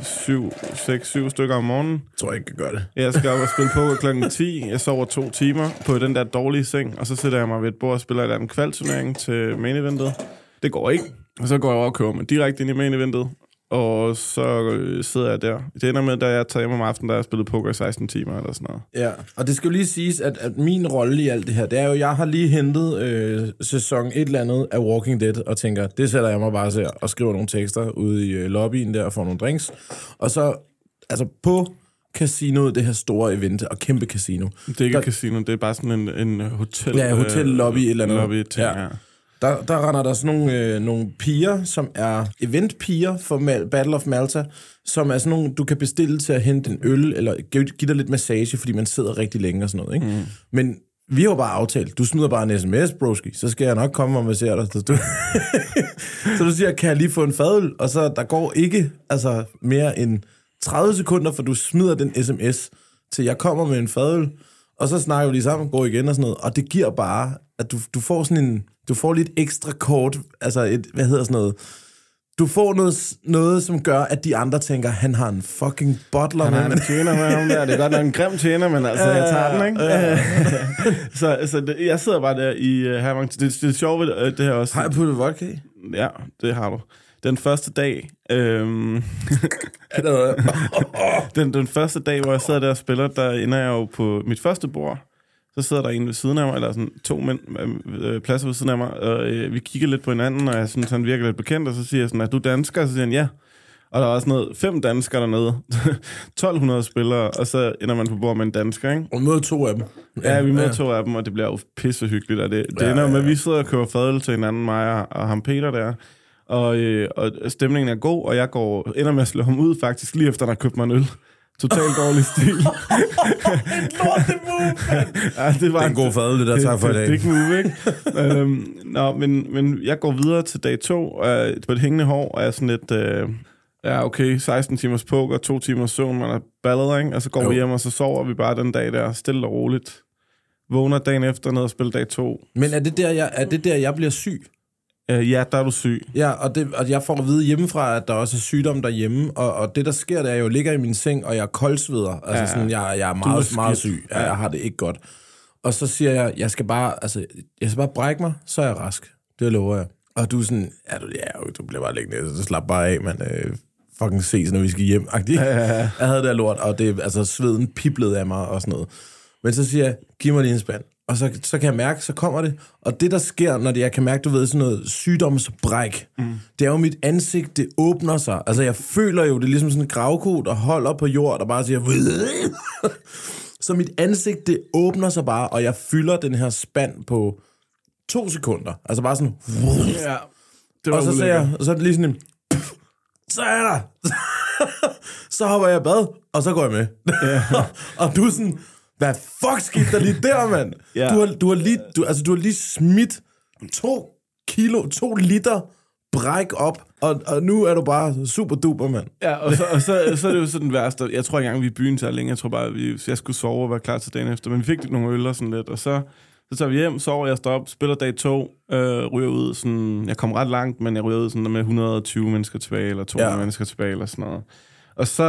S4: 6-7 stykker om morgenen.
S1: Jeg tror jeg ikke kan gøre det.
S4: Jeg skal op og spille poker klokken 10. Jeg sover 2 timer på den der dårlige seng, og så sætter jeg mig ved et bord og spiller et eller andet kvalturnering til main eventet. Det går ikke. Og så går jeg over og køber mig direkte ind i main eventet. Og så sidder jeg der. Det ender med, da jeg tager hjem om aftenen, der jeg spillet poker i 16 timer eller sådan noget.
S1: Ja, og det skal jo lige siges, at min rolle i alt det her, det er jo, jeg har lige hentet sæson et eller andet af Walking Dead, og tænker, det sætter jeg mig bare til og skriver nogle tekster ude i lobbyen der og får nogle drinks. Og så, altså på casinoet, det her store event og kæmpe casino.
S4: Det er ikke et casino, det er bare sådan en hotel.
S1: Ja, hotel-lobby et eller andet.
S4: Lobby-ting, ja.
S1: Der render der sådan nogle piger, som er eventpiger for Battle of Malta, som er sådan nogle, du kan bestille til at hente en øl, eller give dig lidt massage, fordi man sidder rigtig længe og sådan noget, ikke? Mm. Men vi har jo bare aftalt, du smider bare en sms, broski, så skal jeg nok komme og massere dig. Så du siger, kan jeg lige få en fadøl? Og så der går ikke mere end 30 sekunder, for du smider den sms, til jeg kommer med en fadøl, og så snakker vi lige sammen, går igen og sådan noget, og det giver bare, at du får sådan en, du får lidt ekstra kort, du får noget, som gør, at de andre tænker, han har en fucking butler med.
S4: Han har en tjener med ham der, det er godt nok en grim tjener, men altså, jeg tager den, ikke? Så jeg sidder bare der i Hermann. Det er sjovt ved det her også.
S1: Har jeg puttet vodka i?
S4: Ja, det har du. Den første dag, den første dag, hvor jeg sidder der og spiller, der ender jeg jo på mit første bord. Så sidder der en ved siden af mig, eller sådan 2 mænd pladser ved siden af mig, og vi kigger lidt på hinanden, og jeg synes, han virker lidt bekendt, og så siger jeg sådan, er du dansker? Og så siger han, ja. Og der er også noget 5 danskere dernede, 1200 spillere, og så ender man på bord med en dansker, ikke?
S1: Og vi møder 2 af dem.
S4: Ja, vi møder 2 af dem, og det bliver jo pissehyggeligt, og det ender jo med, at vi sidder og køber fadøl til hinanden, mig og ham Peter der, og stemningen er god, og jeg ender med at slå ham ud faktisk, lige efter han har købt mig en øl. Totalt dårlig stil.
S1: En lortemove,
S4: ja, det var
S1: en god fadøl, det der tager for i dag.
S4: Det move, ikke? Men jeg går videre til dag 2, på et hængende hår, og jeg er sådan lidt... 16 timers poker, 2 timers søvn, man er ballet, ikke? Og så går vi hjem, og så sover vi bare den dag der, stille og roligt. Vågner dagen efter ned og spiller dag 2.
S1: Men er det der, jeg bliver syg?
S4: Ja, der er du syg.
S1: Ja, og jeg får at vide hjemmefra, at der også er sygdom derhjemme, og det, der sker, det er, at jeg jo ligger i min seng, og jeg koldsveder. Altså sådan, jeg er meget syg. Ja, jeg har det ikke godt. Og så siger jeg, jeg skal bare brække mig, så er jeg rask. Det lover jeg. Og du er sådan, du bliver bare liggende, så slap bare af, men fucking ses, når vi skal hjem. Jeg havde det der lort, og det, altså, sveden piblede af mig og sådan noget. Men så siger jeg, giv mig lige en spand. Og så kan jeg mærke, så kommer det. Og det, der sker, når jeg kan mærke, du ved, sådan noget sygdomsbræk, det er jo mit ansigt, det åbner sig. Altså, jeg føler jo, det er ligesom sådan en gravko, der holder på jord, og bare siger... Så mit ansigt, det åbner sig bare, og jeg fylder den her spand på 2 sekunder. Altså bare sådan...
S4: Ja, det var
S1: og så siger jeg, og så er det lige sådan en... Så er jeg der! Så hopper jeg i bad, og så går jeg med. Og du er sådan... Hvad fuck skete der lige der, mand?
S4: Ja.
S1: Du har lige smidt 2 liter bræk op, og nu er du bare super duper, mand.
S4: Ja, og så er det jo så den værste. Jeg tror ikke engang, vi er i byen så længe. Jeg tror bare, jeg skulle sove og være klar til dagen efter. Men vi fik nogle øl og sådan lidt, og så tager vi hjem, sover, jeg står op, spiller dag 2, ryger ud sådan... Jeg kom ret langt, men jeg ryger ud sådan med 120 mennesker tilbage, eller 200 mennesker tilbage, eller sådan noget. Og så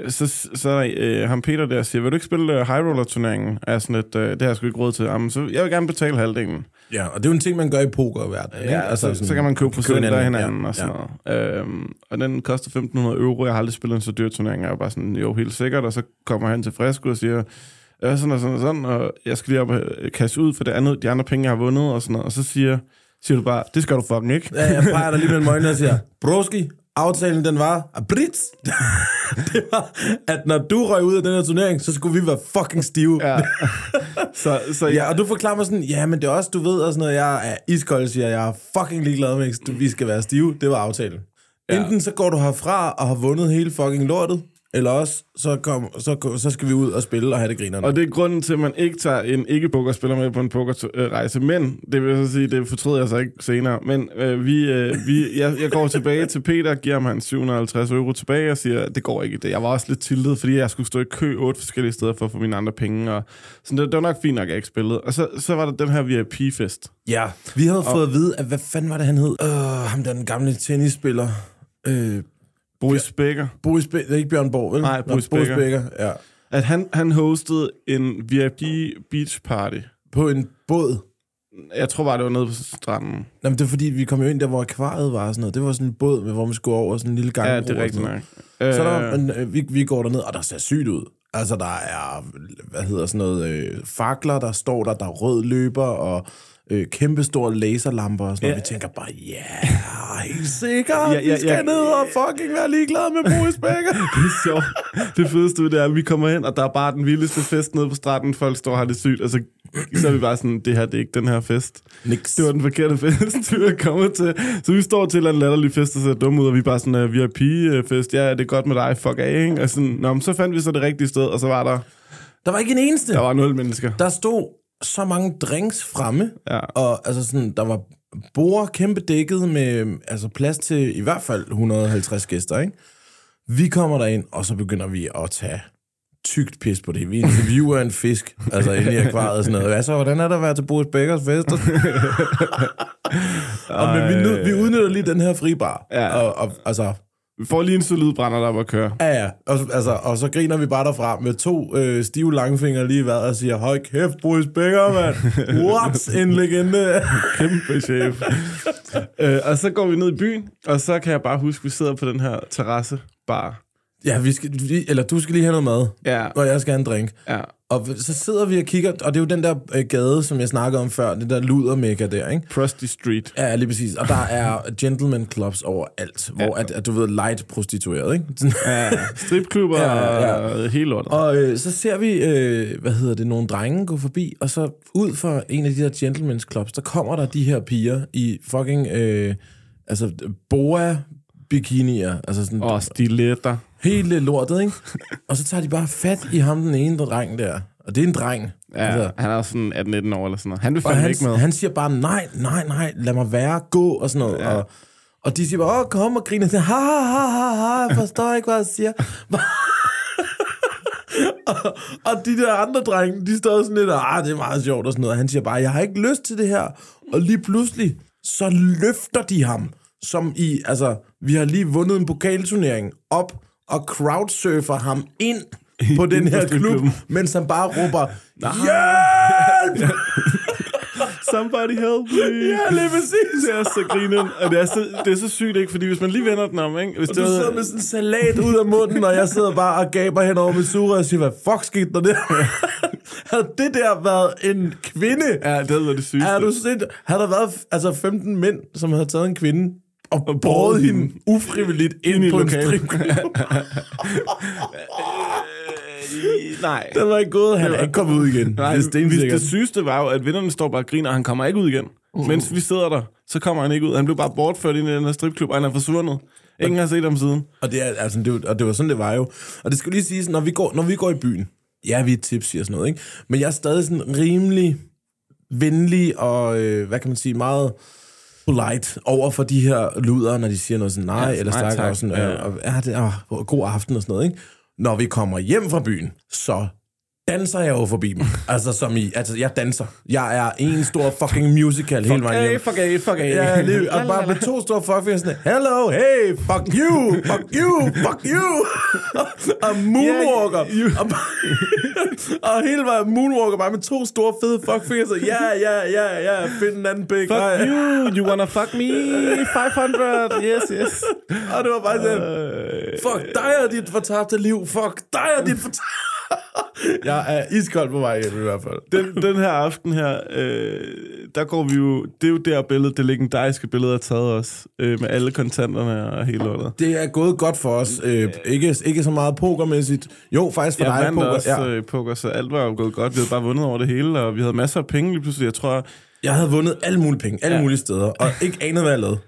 S4: er ham Peter der siger, vil du ikke spille High Roller-turneringen? Er sådan lidt, det har jeg sgu ikke råd til. Jamen, så jeg vil gerne betale halvdelen.
S1: Ja, og det er jo en ting, man gør i pokerverdenen.
S4: Ja, altså, så kan man købe procenter af hinanden og sådan noget. Og den koster 1.500 euro. Jeg har aldrig spillet en så dyr turnering. Jeg er bare sådan, jo, helt sikkert. Og så kommer han til Fresco og siger, sådan og sådan og sådan, og jeg skal lige op og cash ud for de andre penge, jeg har vundet og sådan noget. Og så siger du bare, det skal du fucking ikke.
S1: Ja, jeg peger dig lige mellem øjnene og siger, broski, aftalen den var, Brits, det var, at når du røg ud af den her turnering, så skulle vi være fucking stive. Ja. Så ja, og du forklarer mig sådan, ja, men det er også, du ved, og sådan noget, jeg er iskold, siger, jeg er fucking ligeglad med, vi skal være stive, det var aftalen. Ja. Enten så går du herfra og har vundet hele fucking lortet, eller også, så skal vi ud og spille og have det grinerne.
S4: Og det er grunden til, at man ikke tager en ikke-pokerspiller med på en pokerrejse. Men, det vil jeg så sige, det fortryder jeg så ikke senere. Men jeg går tilbage til Peter, giver ham hans 750 euro tilbage og siger, det går ikke det. Jeg var også lidt tiltet, fordi jeg skulle stå i kø 8 forskellige steder for at få mine andre penge. Og så det var nok fint nok, at jeg ikke spillede. Og så var der den her VIP-fest.
S1: Ja, vi havde fået at vide, at hvad fanden var det, han hed? Ham der den gamle tennisspiller.
S4: Boris Becker.
S1: Det er ikke Bjørn Borg, vel?
S4: Nej, Boris Becker.
S1: Ja.
S4: At han hostede en VIP beach party.
S1: På en båd?
S4: Jeg tror bare, det var nede på stranden.
S1: Jamen, det er fordi, vi kom jo ind der, hvor akvariet var og sådan noget. Det var sådan en båd, hvor man skulle over sådan en lille gang.
S4: Ja, det er rigtigt nok.
S1: Så vi går derned, og der ser sygt ud. Altså, der er, fakler, der står der er rød løber, og kæmpe store laserlamper og sådan noget. Vi tænker bare, helt sikkert. Vi skal ned og fucking være ligeglade med Boris Becker.
S4: Det er sjovt. Det fedeste ved det er, at vi kommer hen, og der er bare den vildeste fest nede på stranden. Folk står og har det sygt, og så er vi bare sådan, det her, det er ikke den her fest.
S1: Niks.
S4: Det var den forkerte fest, vi var kommet til. Så vi står til en latterlig fest, og ser dumme ud, og vi er bare sådan, VIP-fest, ja, det er godt med dig, fuck af, ikke? Og sådan, så fandt vi så det rigtige sted, og så var der...
S1: Der var ikke en eneste.
S4: Der var 0 mennesker.
S1: Der stod så mange drinks fremme, og altså sådan, der var bord kæmpe dækket med altså plads til i hvert fald 150 gæster, ikke? Vi kommer derind, og så begynder vi at tage tykt pis på det. Vi interviewer en fisk, altså inde i akvariet og sådan noget. Altså, hvordan er der at være til Boris Beckers fest? Men vi udnytter lige den her fribar. Ja. Og altså...
S4: Vi får lige en solid brænder, der var at køre.
S1: Ja. Og så griner vi bare derfra med 2 stive langfingre lige i vejret og siger, høj kæft, Boris Becker, mand. What? En legende.
S4: Kæmpe chef. Og så går vi ned i byen, og så kan jeg bare huske, at vi sidder på den her terrassebar.
S1: Ja, du skal lige have noget mad, og jeg skal have en drink. Ja. Og så sidder vi og kigger, og det er jo den der gade, som jeg snakkede om før, det der ludermækker der, ikke?
S4: Prosty Street.
S1: Ja, lige præcis. Og der er gentleman clubs overalt, hvor at du ved, light prostitueret, ikke?
S4: Stripklubber og hele lortet.
S1: Og så ser vi, nogle drenge gå forbi, og så ud for en af de der gentleman's clubs, der kommer der de her piger i fucking, boa bikinier, altså sådan...
S4: stiletter.
S1: Hele lortet, ikke? Og så tager de bare fat i ham, den ene dreng der. Og det er en dreng.
S4: Ja, altså, han er sådan 18-19 år eller sådan noget. Han vil fandme ikke med.
S1: Han siger bare, nej, lad mig være, gå og sådan noget. Ja. Og de siger bare, kom og griner. Jeg forstår ikke, hvad jeg siger. og de der andre drenge, de står sådan lidt, det er meget sjovt og sådan noget. Og han siger bare, jeg har ikke lyst til det her. Og lige pludselig, så løfter de ham. Som i, altså, vi har lige vundet en pokalturnering op og crowdsurfer ham ind på den her klub, mens han bare råber, hjælp!
S4: Somebody help me.
S1: Ja, lige præcis.
S4: Det er så grinen. Og det er så sygt, ikke? Fordi hvis man lige vender den om, ikke? Hvis
S1: Og du sidder med sådan en salat ud af munden, og jeg sidder bare og gaber hen over Missouri og siger, hvad fuck skete der der? Havde det der været en kvinde?
S4: Ja, det var det sygeste.
S1: Havde der været 15 mænd, som havde taget en kvinde og båret hende ufrivilligt ind på en stripklub?
S4: Nej.
S1: Det var ikke gået. Han er ikke kommet ud igen.
S4: Nej, det sygeste var jo, at vennerne står bare og griner, og han kommer ikke ud igen. Mens vi sidder der, så kommer han ikke ud. Han blev bare bortført ind i den her stripklub, og han er forsvundet. Ingen har set ham siden. Og det, og det var sådan, det var jo. Og det skal lige siges, når vi går i byen, ja, vi er tipsy og sådan noget, ikke? Men jeg er stadig sådan rimelig venlig og, hvad kan man sige, meget polite over for de her luder, når de siger noget sådan nej, eller snakker og sådan, god aften og sådan noget, ikke? Når vi kommer hjem fra byen, så danser jeg jo forbi dem. Jeg danser. Jeg er en stor fucking musical hele vejen hjem. Fuck af.
S1: Ja, lige, og bare med 2 store fuckfingers sådan, hello, hey, fuck you, fuck you. Og moonwalker. Og hele vejen moonwalker bare med 2 store fede fuckfingers. Ja, find en anden pik.
S4: Fuck you wanna fuck me, 500, yes.
S1: Og det var bare sådan, fuck dig og dit fortabte liv, fuck dig og dit fortabte. Jeg er iskold på vej hjem i hvert fald.
S4: Den her aften her, der går vi jo... Det er jo der billede, det legendariske billede er taget os. Med alle kontanterne og hele lortet.
S1: Det er gået godt for os. Ikke så meget pokermæssigt. Jo, faktisk for dig.
S4: Jeg vandt også poker, så alt var jo gået godt. Vi havde bare vundet over det hele, og vi havde masser af penge lige pludselig. Jeg tror...
S1: Jeg havde vundet alle mulige penge, alle mulige steder, og ikke anet, hvad jeg lavede.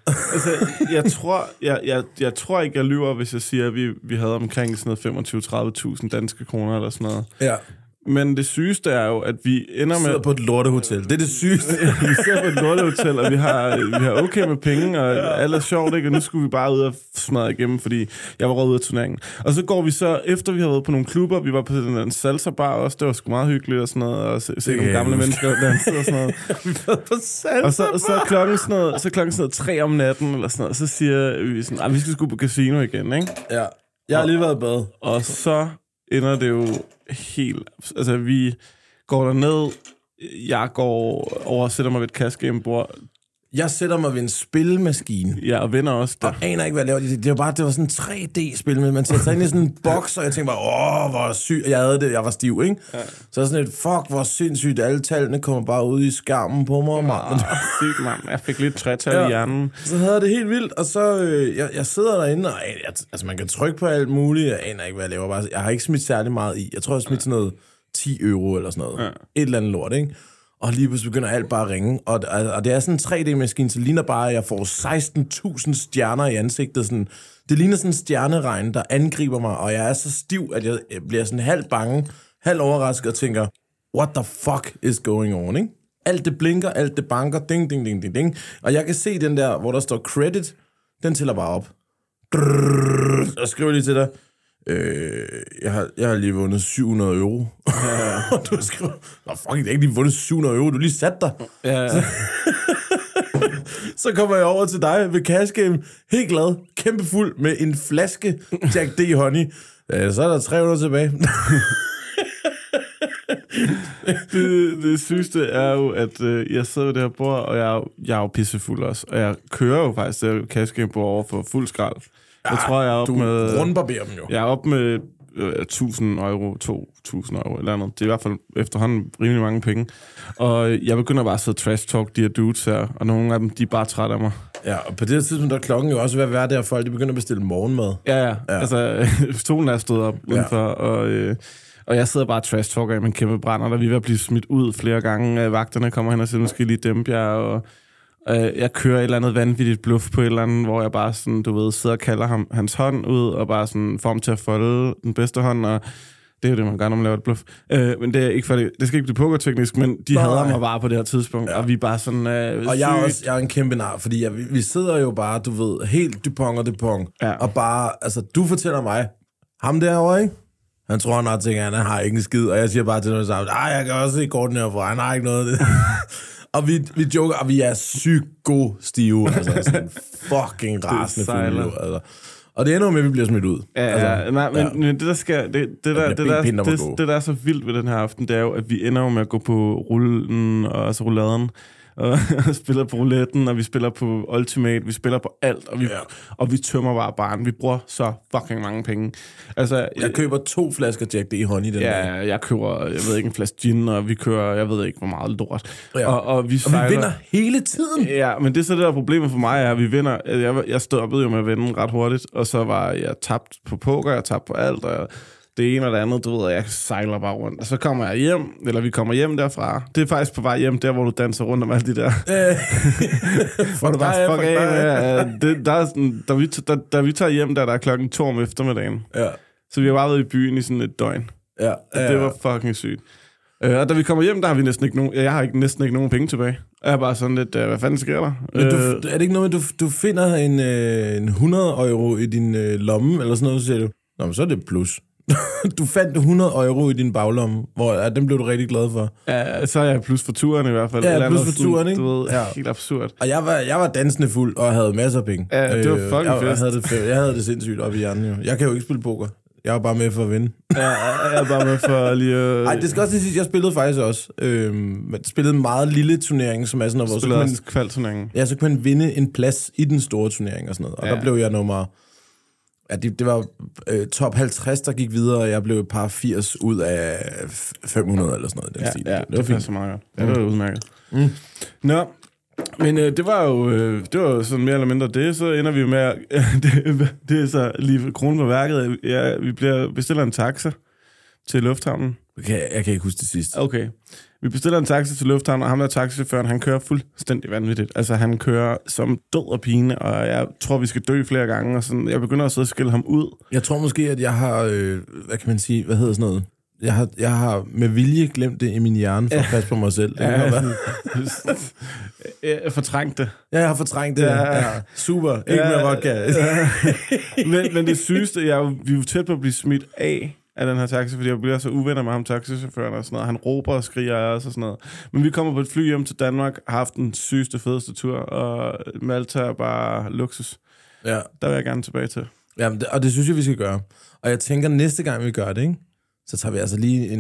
S4: Jeg tror ikke, jeg lyver, hvis jeg siger, at vi havde omkring sådan noget 25-30.000 danske kroner eller sådan noget.
S1: Ja.
S4: Men det sygeste er jo, at vi ender med...
S1: Vi sidder på et lortehotel. Det er det sygeste.
S4: Vi sidder på et lortehotel, og vi har okay med penge, og alt er sjovt, ikke? Og nu skulle vi bare ud og smadre igennem, fordi jeg var råd ud af turneringen. Og så går vi så, efter vi har været på nogle klubber, vi var på den der salsa-bar også, det var sgu meget hyggeligt og sådan noget, og se nogle gamle mennesker danse og sådan noget.
S1: Vi var på salsa-bar.
S4: Og så klokken sådan noget 3 om natten, eller sådan noget, så siger vi sådan, vi skal sgu på casino igen, ikke?
S1: Ja, jeg har lige været i bad.
S4: Og så ender det jo helt... Altså, vi går derned, jeg går over og sætter mig ved et cash-game-bord.
S1: Jeg sætter mig ved en spilmaskine.
S4: Ja, og vinder også der.
S1: Og aner ikke, hvad jeg laver. Det var sådan en 3D-spil, men man sætter sig ind i sådan en boks, og jeg tænkte bare, hvor sygt. Jeg havde det, jeg var stiv, ikke? Ja. Så sådan et, hvor sindssygt, alle tallene kommer bare ud i skærmen på mig, mand.
S4: Sygt, mand. Jeg fik lidt trætal i hjernen.
S1: Så havde jeg det helt vildt, og så, jeg sidder derinde, og man kan trykke på alt muligt, jeg aner ikke, hvad jeg laver. Jeg har ikke smidt særlig meget i. Jeg tror, jeg har smidt sådan noget 10 euro eller sådan noget. Ja. Et eller andet lort, ikke? Og lige pludselig begynder alt bare at ringe. Og det er sådan en 3D-maskine, så det ligner bare, at jeg får 16.000 stjerner i ansigtet. Sådan, det ligner sådan en stjerneregn, der angriber mig, og jeg er så stiv, at jeg bliver sådan halvt bange, halvt overrasket og tænker, what the fuck is going on, ikke? Alt det blinker, alt det banker, ding, ding, ding, ding, ding. Og jeg kan se den der, hvor der står credit, den tæller bare op. Jeg skriver lige til dig, jeg har lige vundet 700 euro. Og du skriver, fuck, jeg har ikke lige vundet 700 euro, du lige sat dig. Ja. Så kommer jeg over til dig ved Cash Game, helt glad, kæmpe fuld, med en flaske Jack D. Honey. Så er der 300 tilbage.
S4: Det sygeste er jo, at jeg sidder ved det her bord, og jeg er jo pissefuld også. Og jeg kører jo faktisk det Cash Game bord over for fuld skrald. Jeg tror, jeg er oppe med...
S1: Du rundbarberer dem jo.
S4: Jeg er oppe med 1.000 euro, 2.000 euro eller andet. Det er i hvert fald efterhånden rimelig mange penge. Og jeg begynder bare at sidde trash-talk de her dudes her, og nogle af dem, de er bare trætte af mig.
S1: Ja, og på det her tidspunkt, der er klokken jo også ved at være der, folk de begynder at bestille morgenmad.
S4: Ja. Altså, stolen er stået op udenfor, og jeg sidder bare og trash-talker i min kæmpe brænder, der vi er ved at blive smidt ud flere gange. Vagterne kommer hen og siger, nu skal I lige dæmpe jer, og jeg kører et eller andet vanvittigt bluff på et eller andet, hvor jeg bare sådan, du ved, sidder og kalder hans hånd ud, og bare sådan får ham til at folde den bedste hånd, og det er jo det, man gør, når man laver et bluff. Men det er ikke for det skal ikke blive pokerteknisk, men de hader mig bare på det her tidspunkt, og vi er bare sådan
S1: og jeg er en kæmpe nar, fordi vi sidder jo bare, du ved, helt dupong og dupong, og bare, altså, du fortæller mig, ham derovre, ikke? Han tror, han har ting, han har ikke en skid, og jeg siger bare til noget, jeg kan også se korten herfra, han har ikke noget af det. Og vi joker, og vi er psyko-stive, altså sådan fucking rasende fulde, altså. Og det ender med, at vi bliver smidt ud.
S4: Men det der sker, det der er så vildt ved den her aften, det er jo, at vi ender med at gå på rullen og altså rulladen. og spiller på rouletten, og vi spiller på Ultimate, vi spiller på alt, og vi tømmer bare barn. Vi bruger så fucking mange penge. Altså,
S1: jeg køber 2 flasker Jack D. Honey den dag.
S4: Jeg køber, jeg ved ikke, en flaske gin, og vi kører, jeg ved ikke, hvor meget lort.
S1: Ja.
S4: Og vi
S1: vinder hele tiden.
S4: Ja, men det er så det der problemet for mig, er, at vi vinder. Jeg stoppede jo med at vinde ret hurtigt, og så var jeg tabt på poker, jeg tabt på alt, og det ene og det andet, du ved, jeg sejler bare rundt. Og så kommer jeg hjem, eller vi kommer hjem derfra. Det er faktisk på vej hjem, der hvor du danser rundt om alt de der. Hvor du bare fuck af. Da vi tager hjem, der er klokken 2 om eftermiddagen. Ja. Så vi har bare været i byen i sådan et døgn. Ja. Det var fucking sygt. Og da vi kommer hjem, der har vi næsten ikke nogen... Jeg har næsten ikke nogen penge tilbage. Jeg er bare sådan lidt, hvad fanden sker der?
S1: Men er det ikke noget med, du finder en 100 euro i din lomme, eller sådan noget, så siger du, nå, men så er det plus. Du fandt 100 euro i din baglomme, hvor den blev du rigtig glad for.
S4: Ja, så er jeg plus for turen i hvert fald.
S1: Ja, plus for turen, ikke?
S4: Du ved, helt absurd.
S1: Og jeg var dansende fuld og havde masser af penge.
S4: Ja, det var fucking fest.
S1: Jeg havde det sindssygt op i hjernen, jo. Jeg kan jo ikke spille poker. Jeg var bare med for at vinde.
S4: Ja, jeg er bare med for lige...
S1: Nej, det skal også sige, jeg spillede faktisk også. Men spillede en meget lille turnering, som er sådan noget, hvor...
S4: Spillede også kvalturneringen.
S1: Ja, så kunne man vinde en plads i den store turnering og sådan noget. Og der blev jeg nummer... Ja, det var top 50, der gik videre, og jeg blev et par 80 ud af 500 eller sådan noget i den stil.
S4: Ja, det var fint. Så meget godt. Ja, det var udmærket. Nå, men det var jo sådan mere eller mindre det, så ender vi jo med, det er så lige kronen på værket, vi bestiller en taxa til lufthavnen.
S1: Jeg kan ikke huske det sidste.
S4: Okay. Vi bestiller en taxa til lufthavnen, og ham der taxichaufføren, han kører fuldstændig vanvittigt. Altså, han kører som død og pine, og jeg tror, vi skal dø flere gange, og sådan. Jeg begynder at sidde og skille ham ud.
S1: Jeg tror måske, at jeg har, hvad kan man sige, hvad hedder sådan noget? Jeg har med vilje glemt det i min hjerne, for at passe på mig selv.
S4: Jeg fortrængt det.
S1: Ja, jeg har fortrængt det. Ja. Super. Ikke mere vodka.
S4: men det sygeste, vi er jo tæt på at blive smidt af den her taxi, fordi jeg bliver så uvenner med ham, taxichaufføren og sådan noget. Han råber og skriger og sådan noget. Men vi kommer på et fly hjem til Danmark, har haft den sygeste, fedeste tur, og Malta er bare luksus. Ja. Der vil jeg gerne tilbage til.
S1: Ja, og det synes jeg, vi skal gøre. Og jeg tænker, næste gang vi gør det, ikke? Så tager vi altså lige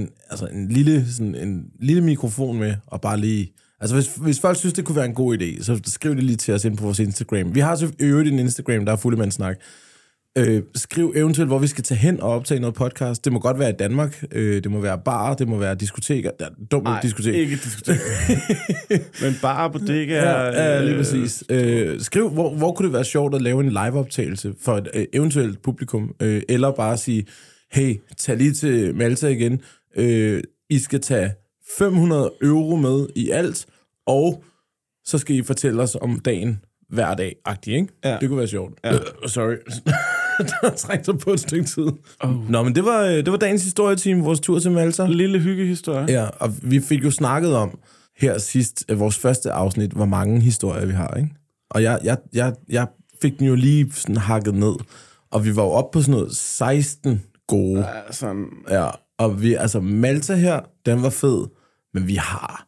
S1: en lille mikrofon med, og bare lige... Altså, hvis folk synes, det kunne være en god idé, så skriv det lige til os ind på vores Instagram. Vi har så øvrigt en Instagram, der er Fuldemandssnak. Skriv eventuelt, hvor vi skal tage hen og optage noget podcast. Det må godt være i Danmark. Det må være barer, det må være diskoteker. Ja, dumt diskotek.
S4: Ikke diskoteker. Men barer, bodegaer...
S1: Ja, lige præcis. Skriv, hvor kunne det være sjovt at lave en liveoptagelse for et eventuelt publikum. Eller bare sige, hey, tag lige til Malta igen. I skal tage 500 euro med i alt, og så skal I fortælle os om dagen hver dag-agtigt, ikke? Ja. Det kunne være sjovt. Ja. Sorry. Der trængte sig på et stykke tid. Nå, men det var dagens historietime, vores tur til Malta.
S4: En lille hyggehistorie.
S1: Ja, og vi fik jo snakket om her sidst, vores første afsnit, hvor mange historier vi har, ikke? Og jeg fik den jo lige sådan hakket ned, og vi var jo oppe på sådan noget 16 gode.
S4: Ja, sådan.
S1: Ja, og Malta her, den var fed, men vi har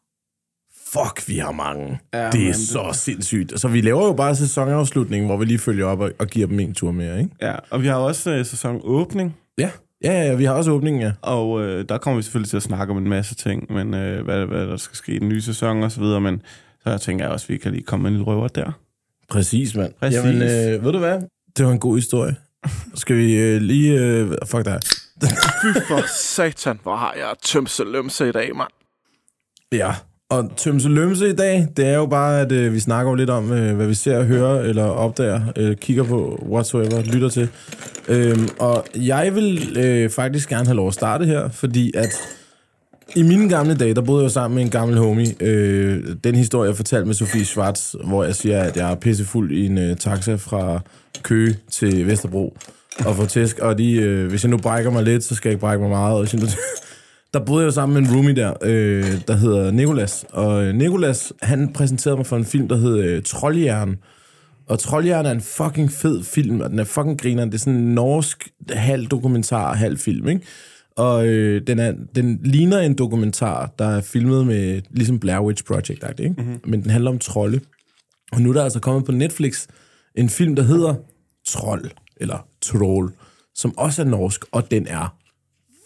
S1: mange. Ja, det er så sindssygt. Så vi laver jo bare sæsonafslutningen, hvor vi lige følger op og giver dem en tur mere, ikke?
S4: Ja, og vi har også sæsonåbning.
S1: Ja, vi har også åbningen, ja.
S4: Og der kommer vi selvfølgelig til at snakke om en masse ting, men hvad der skal ske i den nye sæson og så videre, men så tænker jeg også, at vi kan lige komme med en lille røver der.
S1: Præcis, mand. Jamen, ved du hvad? Det var en god historie. Skal vi lige... fuck dig.
S5: Fy for satan, hvor har jeg tømselømse i dag, mand.
S1: Ja, og tømselømse i dag, det er jo bare, at vi snakker jo lidt om, hvad vi ser, hører eller opdager, kigger på, whatsoever, lytter til. Og jeg vil faktisk gerne have lov at starte her, fordi at i mine gamle dage, der boede jeg jo sammen med en gammel homie. Den historie, jeg fortalte med Sofie Schwartz, hvor jeg siger, at jeg er pissefuld i en taxa fra Køge til Vesterbro og får tæsk. Og hvis jeg nu brækker mig lidt, så skal jeg ikke brække mig meget. Og der boede jeg jo sammen med en roomie der hedder Nicolas. Og Nicolas, han præsenterede mig for en film, der hedder Trolljern. Og Trolljern er en fucking fed film, og den er fucking griner. Det er sådan en norsk halv dokumentar, halv film, ikke? Og den ligner en dokumentar, der er filmet med, ligesom Blair Witch Project, ikke? Mm-hmm. Men den handler om trolde. Og nu er der altså kommet på Netflix en film, der hedder Troll, eller Troll, som også er norsk, og den er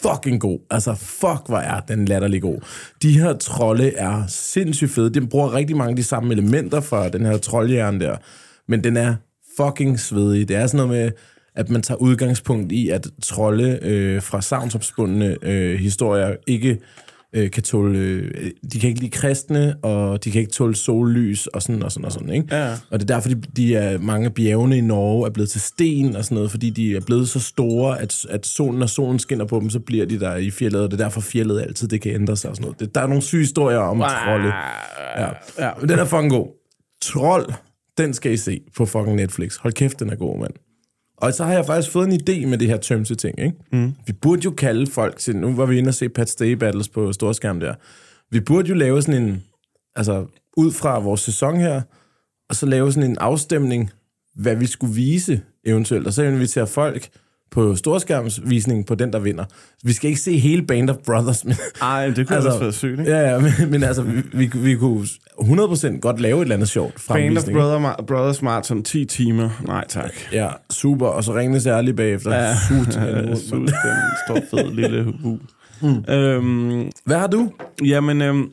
S1: fucking god. Altså, fuck, hvor er den latterlig god. De her trolde er sindssygt fede. Den bruger rigtig mange af de samme elementer fra den her troldjern der. Men den er fucking svedig. Det er sådan noget med, at man tager udgangspunkt i, at trolde fra sagnsopspundne historier ikke kan tåle... de kan ikke lide kristne, og de kan ikke tåle sollys, og sådan og sådan og sådan, ikke?
S4: Ja.
S1: Og det er derfor, de er mange bjergene i Norge er blevet til sten og sådan noget, fordi de er blevet så store, at solen, når solen skinner på dem, så bliver de der i fjeldet, og det er derfor fjeldet altid, det kan ændre sig og sådan noget. Der er nogle syge historier om trolde. Ja. Men den er fucking god. Trold, den skal I se på fucking Netflix. Hold kæft, den er god, mand. Og så har jeg faktisk fået en idé med det her tømse-ting, ikke? Vi burde jo kalde folk til... Nu var vi inde og se Pat Stay Battles på storskærm der. Vi burde jo lave sådan en... Altså, ud fra vores sæson her, og så lave sådan en afstemning, hvad vi skulle vise eventuelt. Og så inviterer folk på storskærmsvisningen på den, der vinder. Vi skal ikke se hele Band of Brothers.
S4: Ej, det kunne også være sygt, ikke?
S1: Ja, men altså, vi kunne 100% godt lave et eller andet sjovt fremvisning.
S4: Band of Brothers Marathon 10 timer. Nej, tak.
S1: Ja, super. Og så ringende særligt bagefter.
S4: Ja, den står fed lille hu.
S1: Hvad har du?
S4: Jamen,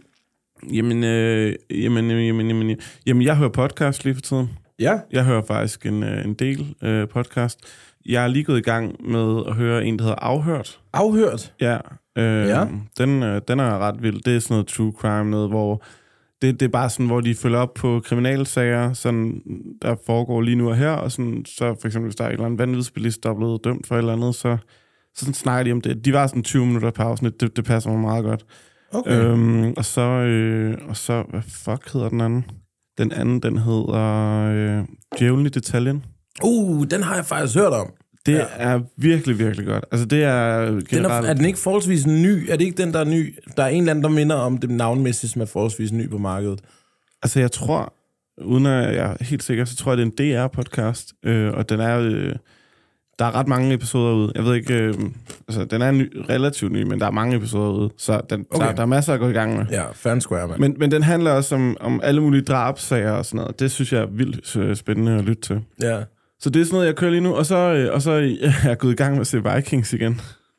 S4: jeg hører podcast lige for tiden.
S1: Ja.
S4: Jeg hører faktisk en del podcast. Jeg er lige gået i gang med at høre en, der hedder Afhørt.
S1: Afhørt?
S4: Ja. Den er ret vild. Det er sådan noget true crime, noget, hvor det er bare sådan, hvor de følger op på kriminalsager, sådan, der foregår lige nu og her, og sådan, så for eksempel, hvis der er en eller anden vanvidsbilist, der er blevet dømt for et eller andet, så sådan snakker de om det. De var sådan 20 minutter på afsnit. Det passer mig meget godt. Okay. Og så, hvad fuck hedder den anden? Den anden, den hedder Djævlen i detaljen.
S1: Den har jeg faktisk hørt om.
S4: Det er virkelig, virkelig godt. Altså, det er generelt...
S1: Er den ikke forholdsvis ny? Er det ikke den, der er ny? Der er en eller anden, der minder om det navnmæssigt, som er forholdsvis ny på markedet.
S4: Altså, jeg tror, uden at jeg er helt sikker, så tror jeg, det er en DR-podcast. Og den er... der er ret mange episoder ude. Jeg ved ikke... altså, den er relativt ny, men der er mange episoder ude. Så der er masser at gå i gang med.
S1: Ja, fair and square, man.
S4: Men den handler også om alle mulige drabsager og sådan noget. Det synes jeg er vildt spændende at lytte til.
S1: Ja.
S4: Så det er sådan noget, jeg kører lige nu. Og så er jeg gået i gang med at se Vikings igen.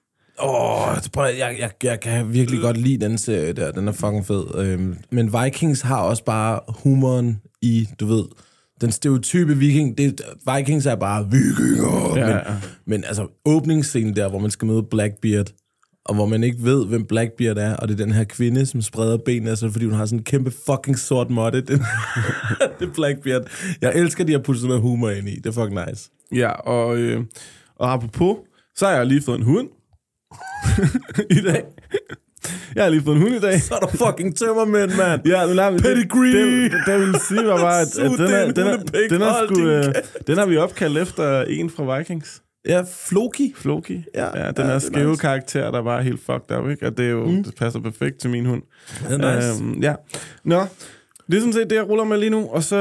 S1: Jeg kan virkelig godt lide den serie der. Den er fucking fed. Men Vikings har også bare humoren i, du ved... Den stereotype viking, Vikings er bare vikinger. Ja. Men altså, åbningsscenen der, hvor man skal møde Blackbeard, og hvor man ikke ved, hvem Blackbeard er, og det er den her kvinde, som spreder benene, altså, fordi hun har sådan en kæmpe fucking sort måtte. Det er Blackbeard. Jeg elsker, de har puttet sådan noget humor ind i. Det er fucking nice.
S4: Ja, og apropos, så har jeg lige fået en hund i dag. Jeg har lige fået en hund i dag.
S1: Så er der fucking tømmermænd, mand.
S4: Ja,
S1: pedigree.
S4: Det vil sige var bare, at den har vi opkaldt efter en fra Vikings.
S1: Ja, Floki.
S4: Ja, den er skæve nice karakter, der bare er helt fucked up, ikke? Og det er jo, det passer perfekt til min hund.
S1: Det er nice.
S4: Ja. Nå, det er sådan set det, jeg ruller med lige nu, og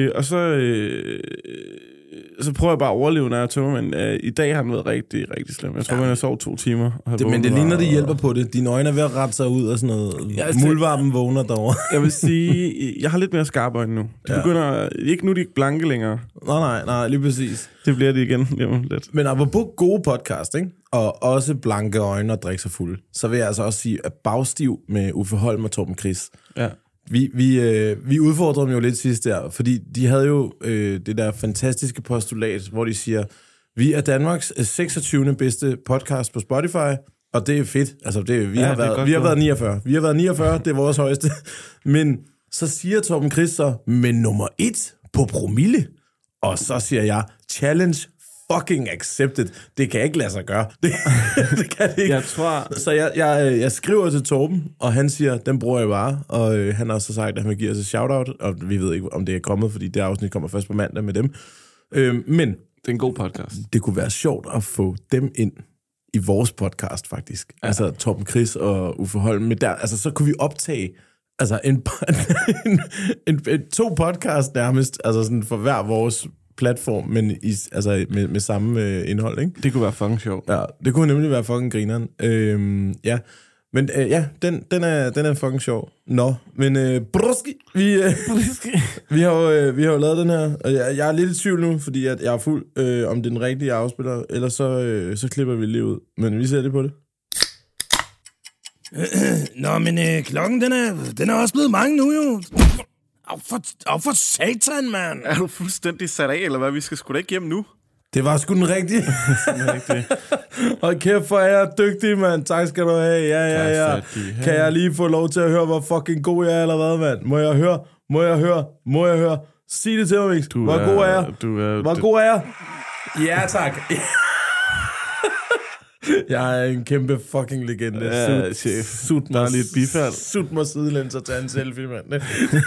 S4: så prøver jeg bare at overleve, når jeg tømmer, men i dag har den været rigtig, rigtig slem. Jeg tror, jeg sov 2 timer.
S1: Men det ligner, det hjælper på det. Dine øjne er ved at rette sig ud og sådan noget. Muldvarpen vågner derovre.
S4: Jeg vil sige, jeg har lidt mere skarpe øjne nu. De begynder, ikke nu, de er ikke blanke længere.
S1: Nej, lige præcis.
S4: Det bliver de igen lige lidt.
S1: Men apropos gode podcast, ikke? Og også blanke øjne og drikke sig fuld, så vil jeg altså også sige, at Bagstiv med Uffe Holm og Torben Chris.
S4: Ja.
S1: Vi udfordrede dem jo lidt sidst der, fordi de havde jo det der fantastiske postulat, hvor de siger, vi er Danmarks 26. bedste podcast på Spotify, og det er fedt. Altså, vi har været 49. Vi har været 49, det er vores højeste. Men så siger Torben Chris så, men nummer 1 på promille. Og så siger jeg, challenge fucking accepted. Det kan ikke lade sig gøre. Det kan det ikke.
S4: Jeg tror...
S1: Så jeg skriver til Torben, og han siger, den bruger jeg bare. Og han har også sagt, at han vil give os et shout-out, og vi ved ikke, om det er kommet, fordi det afsnit kommer først på mandag med dem. Men
S4: det er en god podcast.
S1: Det kunne være sjovt at få dem ind i vores podcast, faktisk. Ja. Altså Torben Chris og Uffe Holm. Men der, altså, så kunne vi optage altså, to podcast nærmest, altså sådan for hver vores platform, men med samme indhold, ikke?
S4: Det kunne være fucking sjovt.
S1: Ja, det kunne nemlig være fucking grineren. Ja, men den er fucking sjov. Nå, men bruski, vi har jo lavet den her, og jeg er lidt i tvivl nu, fordi at jeg er fuld om den rigtige afspiller, ellers så klipper vi lige ud. Men vi ser det på det. Nå, men klokken, den er også blevet mange nu, jo. For satan, mand.
S5: Er du fuldstændig sat af, eller hvad? Vi skal sgu da ikke hjem nu.
S1: Det var sgu den rigtige. Og kæft, hvor er jeg dygtig, mand. Tak skal du have. Ja. Kan jeg lige få lov til at høre, hvor fucking god jeg er, eller hvad, mand? Må jeg høre? Sig det til mig, Mix. Hvor god er jeg? Hvor god er jeg? Ja, tak. Jeg er en kæmpe fucking legende.
S4: Ja, chef.
S1: Sut mig lige et bifald. Sut mig sidelæns og tage en selfie, mand.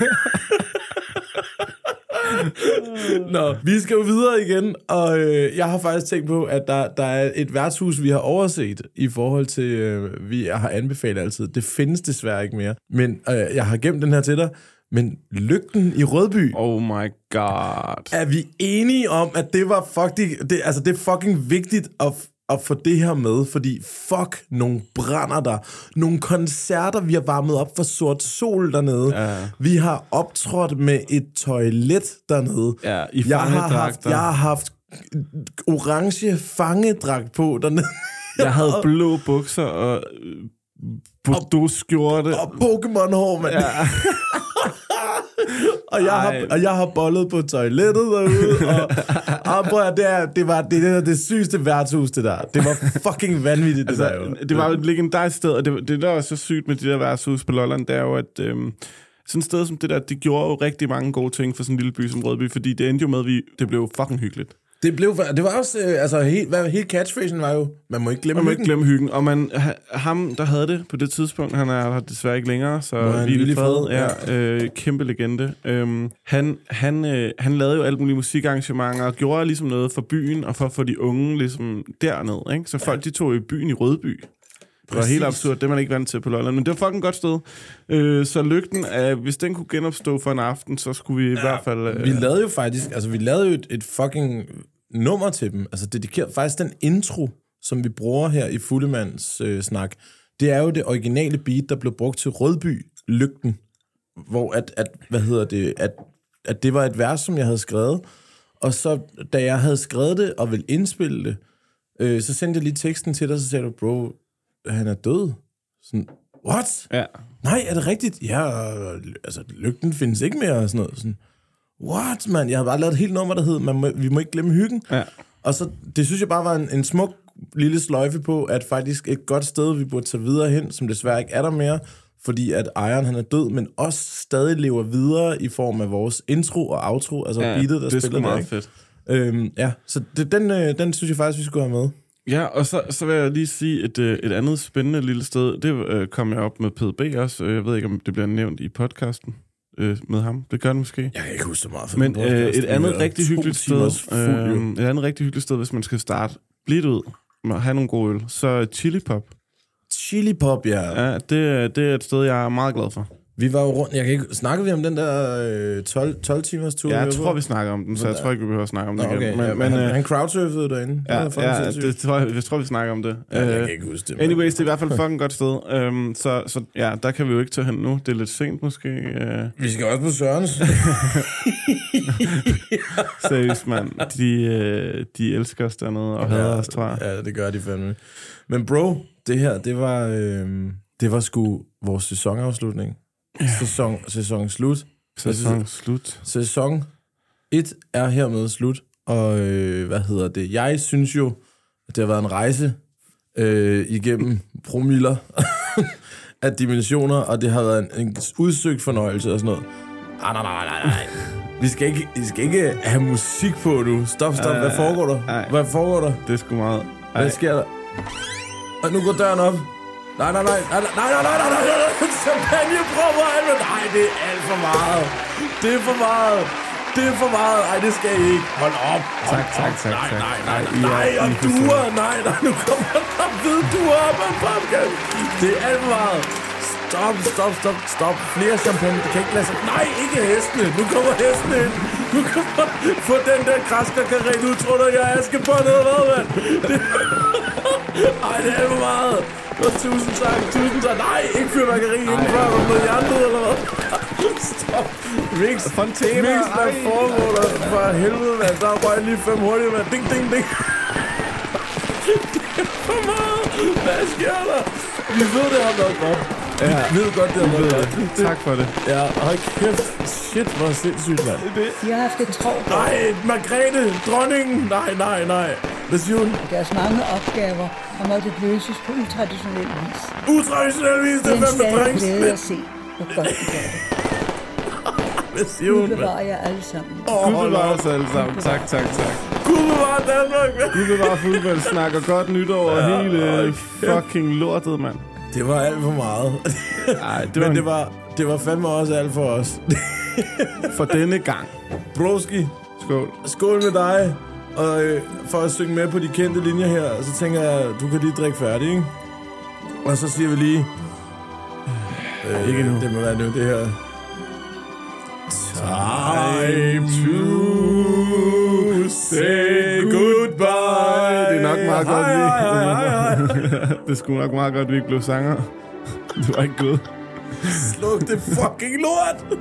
S1: Nå, vi skal jo videre igen, og jeg har faktisk tænkt på, at der er et værtshus, vi har overset i forhold til, vi har anbefalet altid. Det findes desværre ikke mere, men jeg har gemt den her til dig. Men Lygten i Rødby...
S4: Oh my god.
S1: Er vi enige om, at det var det er fucking vigtigt at få det her med, fordi fuck, nogle brænder der. Nogle koncerter, vi har varmet op for Sort Sol dernede. Ja. Vi har optrådt med et toilet dernede.
S4: Ja, i fangedragter.
S1: Jeg har haft orange fangedragt på dernede.
S4: Jeg havde blå bukser og Bordeaux-skjorte.
S1: Og Pokémon-hår, mand. Ja. Og jeg har bollet på toilettet derude, og det var det sygeste værtshus, det der. Det var fucking vanvittigt, det der jo.
S4: Det var jo et legendarisk sted, og det der var så sygt med de der værtshus på Lolland, det er jo, at sådan et sted som det der, det gjorde jo rigtig mange gode ting for sådan en lille by som Rødby, fordi det endte jo med, at det blev fucking hyggeligt.
S1: Det var også, hele catchphrasen var jo, man må ikke glemme
S4: hyggen. Og ham, der havde det på det tidspunkt, han er desværre ikke længere, så Vilde Fred, kæmpe legende. Han lavede jo alt mulige musikarrangementer, og gjorde ligesom noget for byen, og for at få de unge ligesom derned, ikke? Så folk, de tog i byen i Rødby. Det var helt absurd, det er man ikke vant til på Lolland, men det var fucking godt sted. Så Lygten, hvis den kunne genopstå for en aften, så skulle vi i hvert fald...
S1: Vi lavede jo et fucking nummer til dem, altså dedikeret faktisk den intro, som vi bruger her i Fuldemands snak. Det er jo det originale beat, der blev brugt til Rødby Lygten, hvor at det var et vers, som jeg havde skrevet, og så da jeg havde skrevet det og ville indspille det, så sendte jeg lige teksten til dig, så sagde du, bro, han er død. Sådan, what? Ja. Nej, er det rigtigt? Ja, altså, Lygten findes ikke mere, og sådan noget. Sådan, what, man? Jeg har bare lavet et helt nummer, der hed, vi må ikke glemme hyggen. Ja. Og så, det synes jeg bare var en smuk lille sløjfe på, at faktisk et godt sted, vi burde tage videre hen, som desværre ikke er der mere, fordi at ejeren, han er død, men også stadig lever videre i form af vores intro og outro, altså beatet, der
S4: det
S1: spiller der,
S4: ikke? Fedt.
S1: Så den synes jeg faktisk, vi skulle have med.
S4: Ja, og så vil jeg lige sige et andet spændende lille sted. Det kom jeg op med PDB også. Jeg ved ikke, om det bliver nævnt i podcasten med ham. Det gør det måske.
S1: Jeg kan ikke huske så meget for
S4: men et andet rigtig hyggeligt sted. Et andet rigtig hyggeligt sted, hvis man skal starte blidt ud og have nogle gode øl. Så Chili Pop.
S1: Chili Pop, ja.
S4: Ja, det er et sted, jeg er meget glad for.
S1: Vi var jo rundt. Snakkede vi om den der 12 timers tur?
S4: Ja, jeg tror, vi snakker om den, så jeg tror ikke, vi behøver at snakke om den igen.
S1: Men han crowdsurfede derinde.
S4: Jeg tror, vi snakker om det.
S1: Ja, jeg kan ikke huske det.
S4: Anyways, det er i hvert fald fucking godt sted. Så ja, der kan vi jo ikke tage hen nu. Det er lidt sent måske.
S1: Vi skal også på Sørens.
S4: Seriøst, mand. De elsker os dernede og hader os, tror jeg.
S1: Ja, det gør de fandme. Men bro, det her, det var sgu vores sæsonafslutning. Sæson slut. Sæson 1 er hermed slut. Og jeg synes jo, at det har været en rejse igennem promiller af dimensioner, og det har været en udsøgt fornøjelse og sådan noget. Nej. Vi skal ikke have musik på, du. Stop. Hvad foregår der? Hvad foregår der?
S4: Det er sgu meget.
S1: Hvad sker der? Og nu går døren op. Nej. Champagne prøver han. Nej, det er alt for meget. Det er for meget. Ej, det skal I ikke. Hold op.
S4: Tak.
S1: Nej, og duer. Nej, nu kommer der hvide duer op af en podcast. Det er alt for meget. Stop. Flere champagne. Det kan ikke lade sig. Nej, ikke hestene. Nu kommer hestene ind. Nu kommer få den der græskarkaret ud. Tror du, jeg er Askepot eller hvad, mand? Ej, det er alt for meget. Tusind tak. Nej, ikke fyrværkeri indenfor. Er der noget hjertet, eller hvad? Stop. Mix, hvad foregår der? For helvede, mand. Der røg lige 5 hurtigt, mand. Ding. Det er for meget. Hvad sker der? Vi ved, det har været godt.
S4: Ja,
S1: Vi ved godt, det har været godt.
S4: tak for det.
S1: Ja, hold kæft. Shit, hvor sindssygt, mand.
S6: De har haft et travlt år.
S1: Nej, Margrethe, dronningen. Nej. Hvad siger hun?
S6: Deres mange opgaver har måttet løses på utraditionel vis.
S1: Utraditionel vis, det
S6: Det er en
S1: er fandme
S6: stadig
S1: drengs.
S6: glæde at se, hvor godt de gør det.
S1: Hvad siger hun,
S6: Gud
S1: mand?
S6: bevarer jer alle sammen.
S4: Gud bevarer os alle sammen. Tak.
S1: Gud bevarer Danmark, mand.
S4: Gud bevarer fodboldsnak og godt nytår og hele fucking lortet, mand.
S1: Det var alt for meget.
S4: Ej,
S1: Men det var fandme også alt for os.
S4: for denne gang.
S1: Broski,
S4: Skål.
S1: skål med dig. Og for at synge med på de kendte linjer her, så tænker jeg, du kan lige drikke færdig, ikke? Og så siger vi lige...
S4: Ikke nu.
S1: Det må være nu, det her. Time to say goodbye.
S4: Det er nok meget godt, det skulle nok meget godt, at vi ikke blev sanger. Du var ikke gået.
S1: Sluk det fucking lort.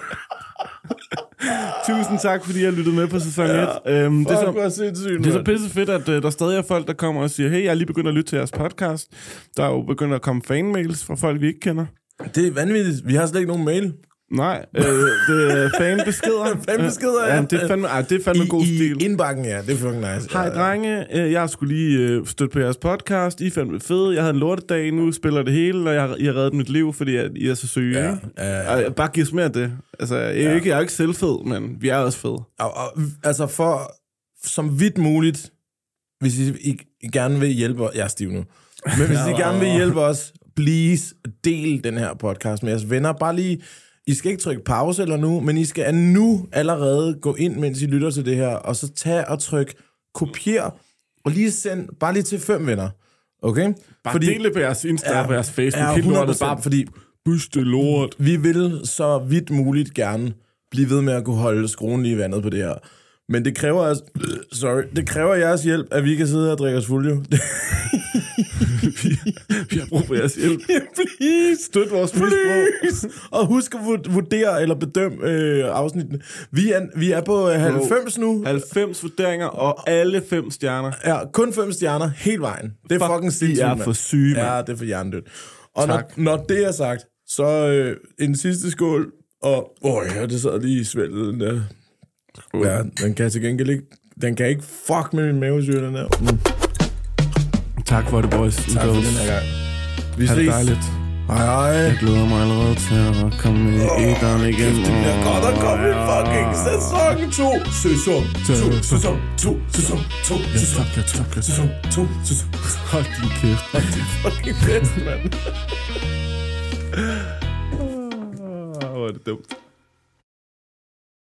S4: Tusind tak, fordi jeg lyttede med på sæson 1. Det er så pisse fedt, at der stadig er folk, der kommer og siger, hey, jeg er lige begyndt at lytte til jeres podcast. Der er jo begyndt at komme fanmails fra folk, vi ikke kender.
S1: Det er vanvittigt. Vi har slet ikke nogen mail.
S4: Nej, det er fanbeskeder.
S1: Fanbeskeder, ja.
S4: Det er fandme god stil.
S1: I indbakken, ja. Det er fucking nice.
S4: Hej drenge, jeg skulle lige støtte på jeres podcast. I er fandme fede. Jeg havde en lortedag, nu spiller det hele, og I har reddet mit liv, fordi I er så syge.
S1: Ja,
S4: ikke? Bare giv os mere af det. Altså, jeg er ikke selvfed, men vi er også fede.
S1: Altså for som vidt muligt, hvis I gerne vil hjælpe os. Jeg er stiv nu. Men hvis I gerne vil hjælpe os, please del den her podcast med jeres venner. Bare lige... I skal ikke trykke pause eller nu, men I skal nu allerede gå ind, mens I lytter til det her, og så tag og tryk kopier, og lige send bare lige til 5 venner. Okay?
S4: Bare del det på jeres Insta og på jeres Facebook.
S1: Helt lortet, bare fordi
S4: byste lort.
S1: vi vil så vidt muligt gerne blive ved med at kunne holde skruen lige i vandet på det her. Men det kræver det kræver jeres hjælp, at vi kan sidde her og drikke os fulde, jo.
S4: Vi har brug for jeres hjælp.
S1: Please.
S4: Støt vores misbrug.
S1: Og husk at vurdere eller bedømme afsnittene. Vi er på 90 nu.
S4: 90 vurderinger og alle 5 stjerner.
S1: Ja, kun 5 stjerner hele vejen. Det er fucking sindssygt,
S4: I er
S1: mand.
S4: for syge, mand.
S1: Ja, det er for hjernedødt. Og
S4: Tak.
S1: når det er sagt, så en sidste skål. Og ja, det sad lige i svældet, den der. Ja, den kan til gengæld ikke... Den kan ikke fuck med min mavesyre, den der.
S4: Tak for det, boys.
S1: Tak for den her gang. Vi
S4: Ha' det
S1: ses.
S4: dejligt.
S1: Hej.
S4: Jeg glæder mig allerede til at komme i æderen igen.
S1: Det bliver godt at komme i fucking sæson 2. Sæson 2. Sæson 2. Sæson 2. Sæson 2. Sæson 2.
S4: Hold din kæft.
S1: Det er fucking fedt, mand.
S4: Hvor er det dumt.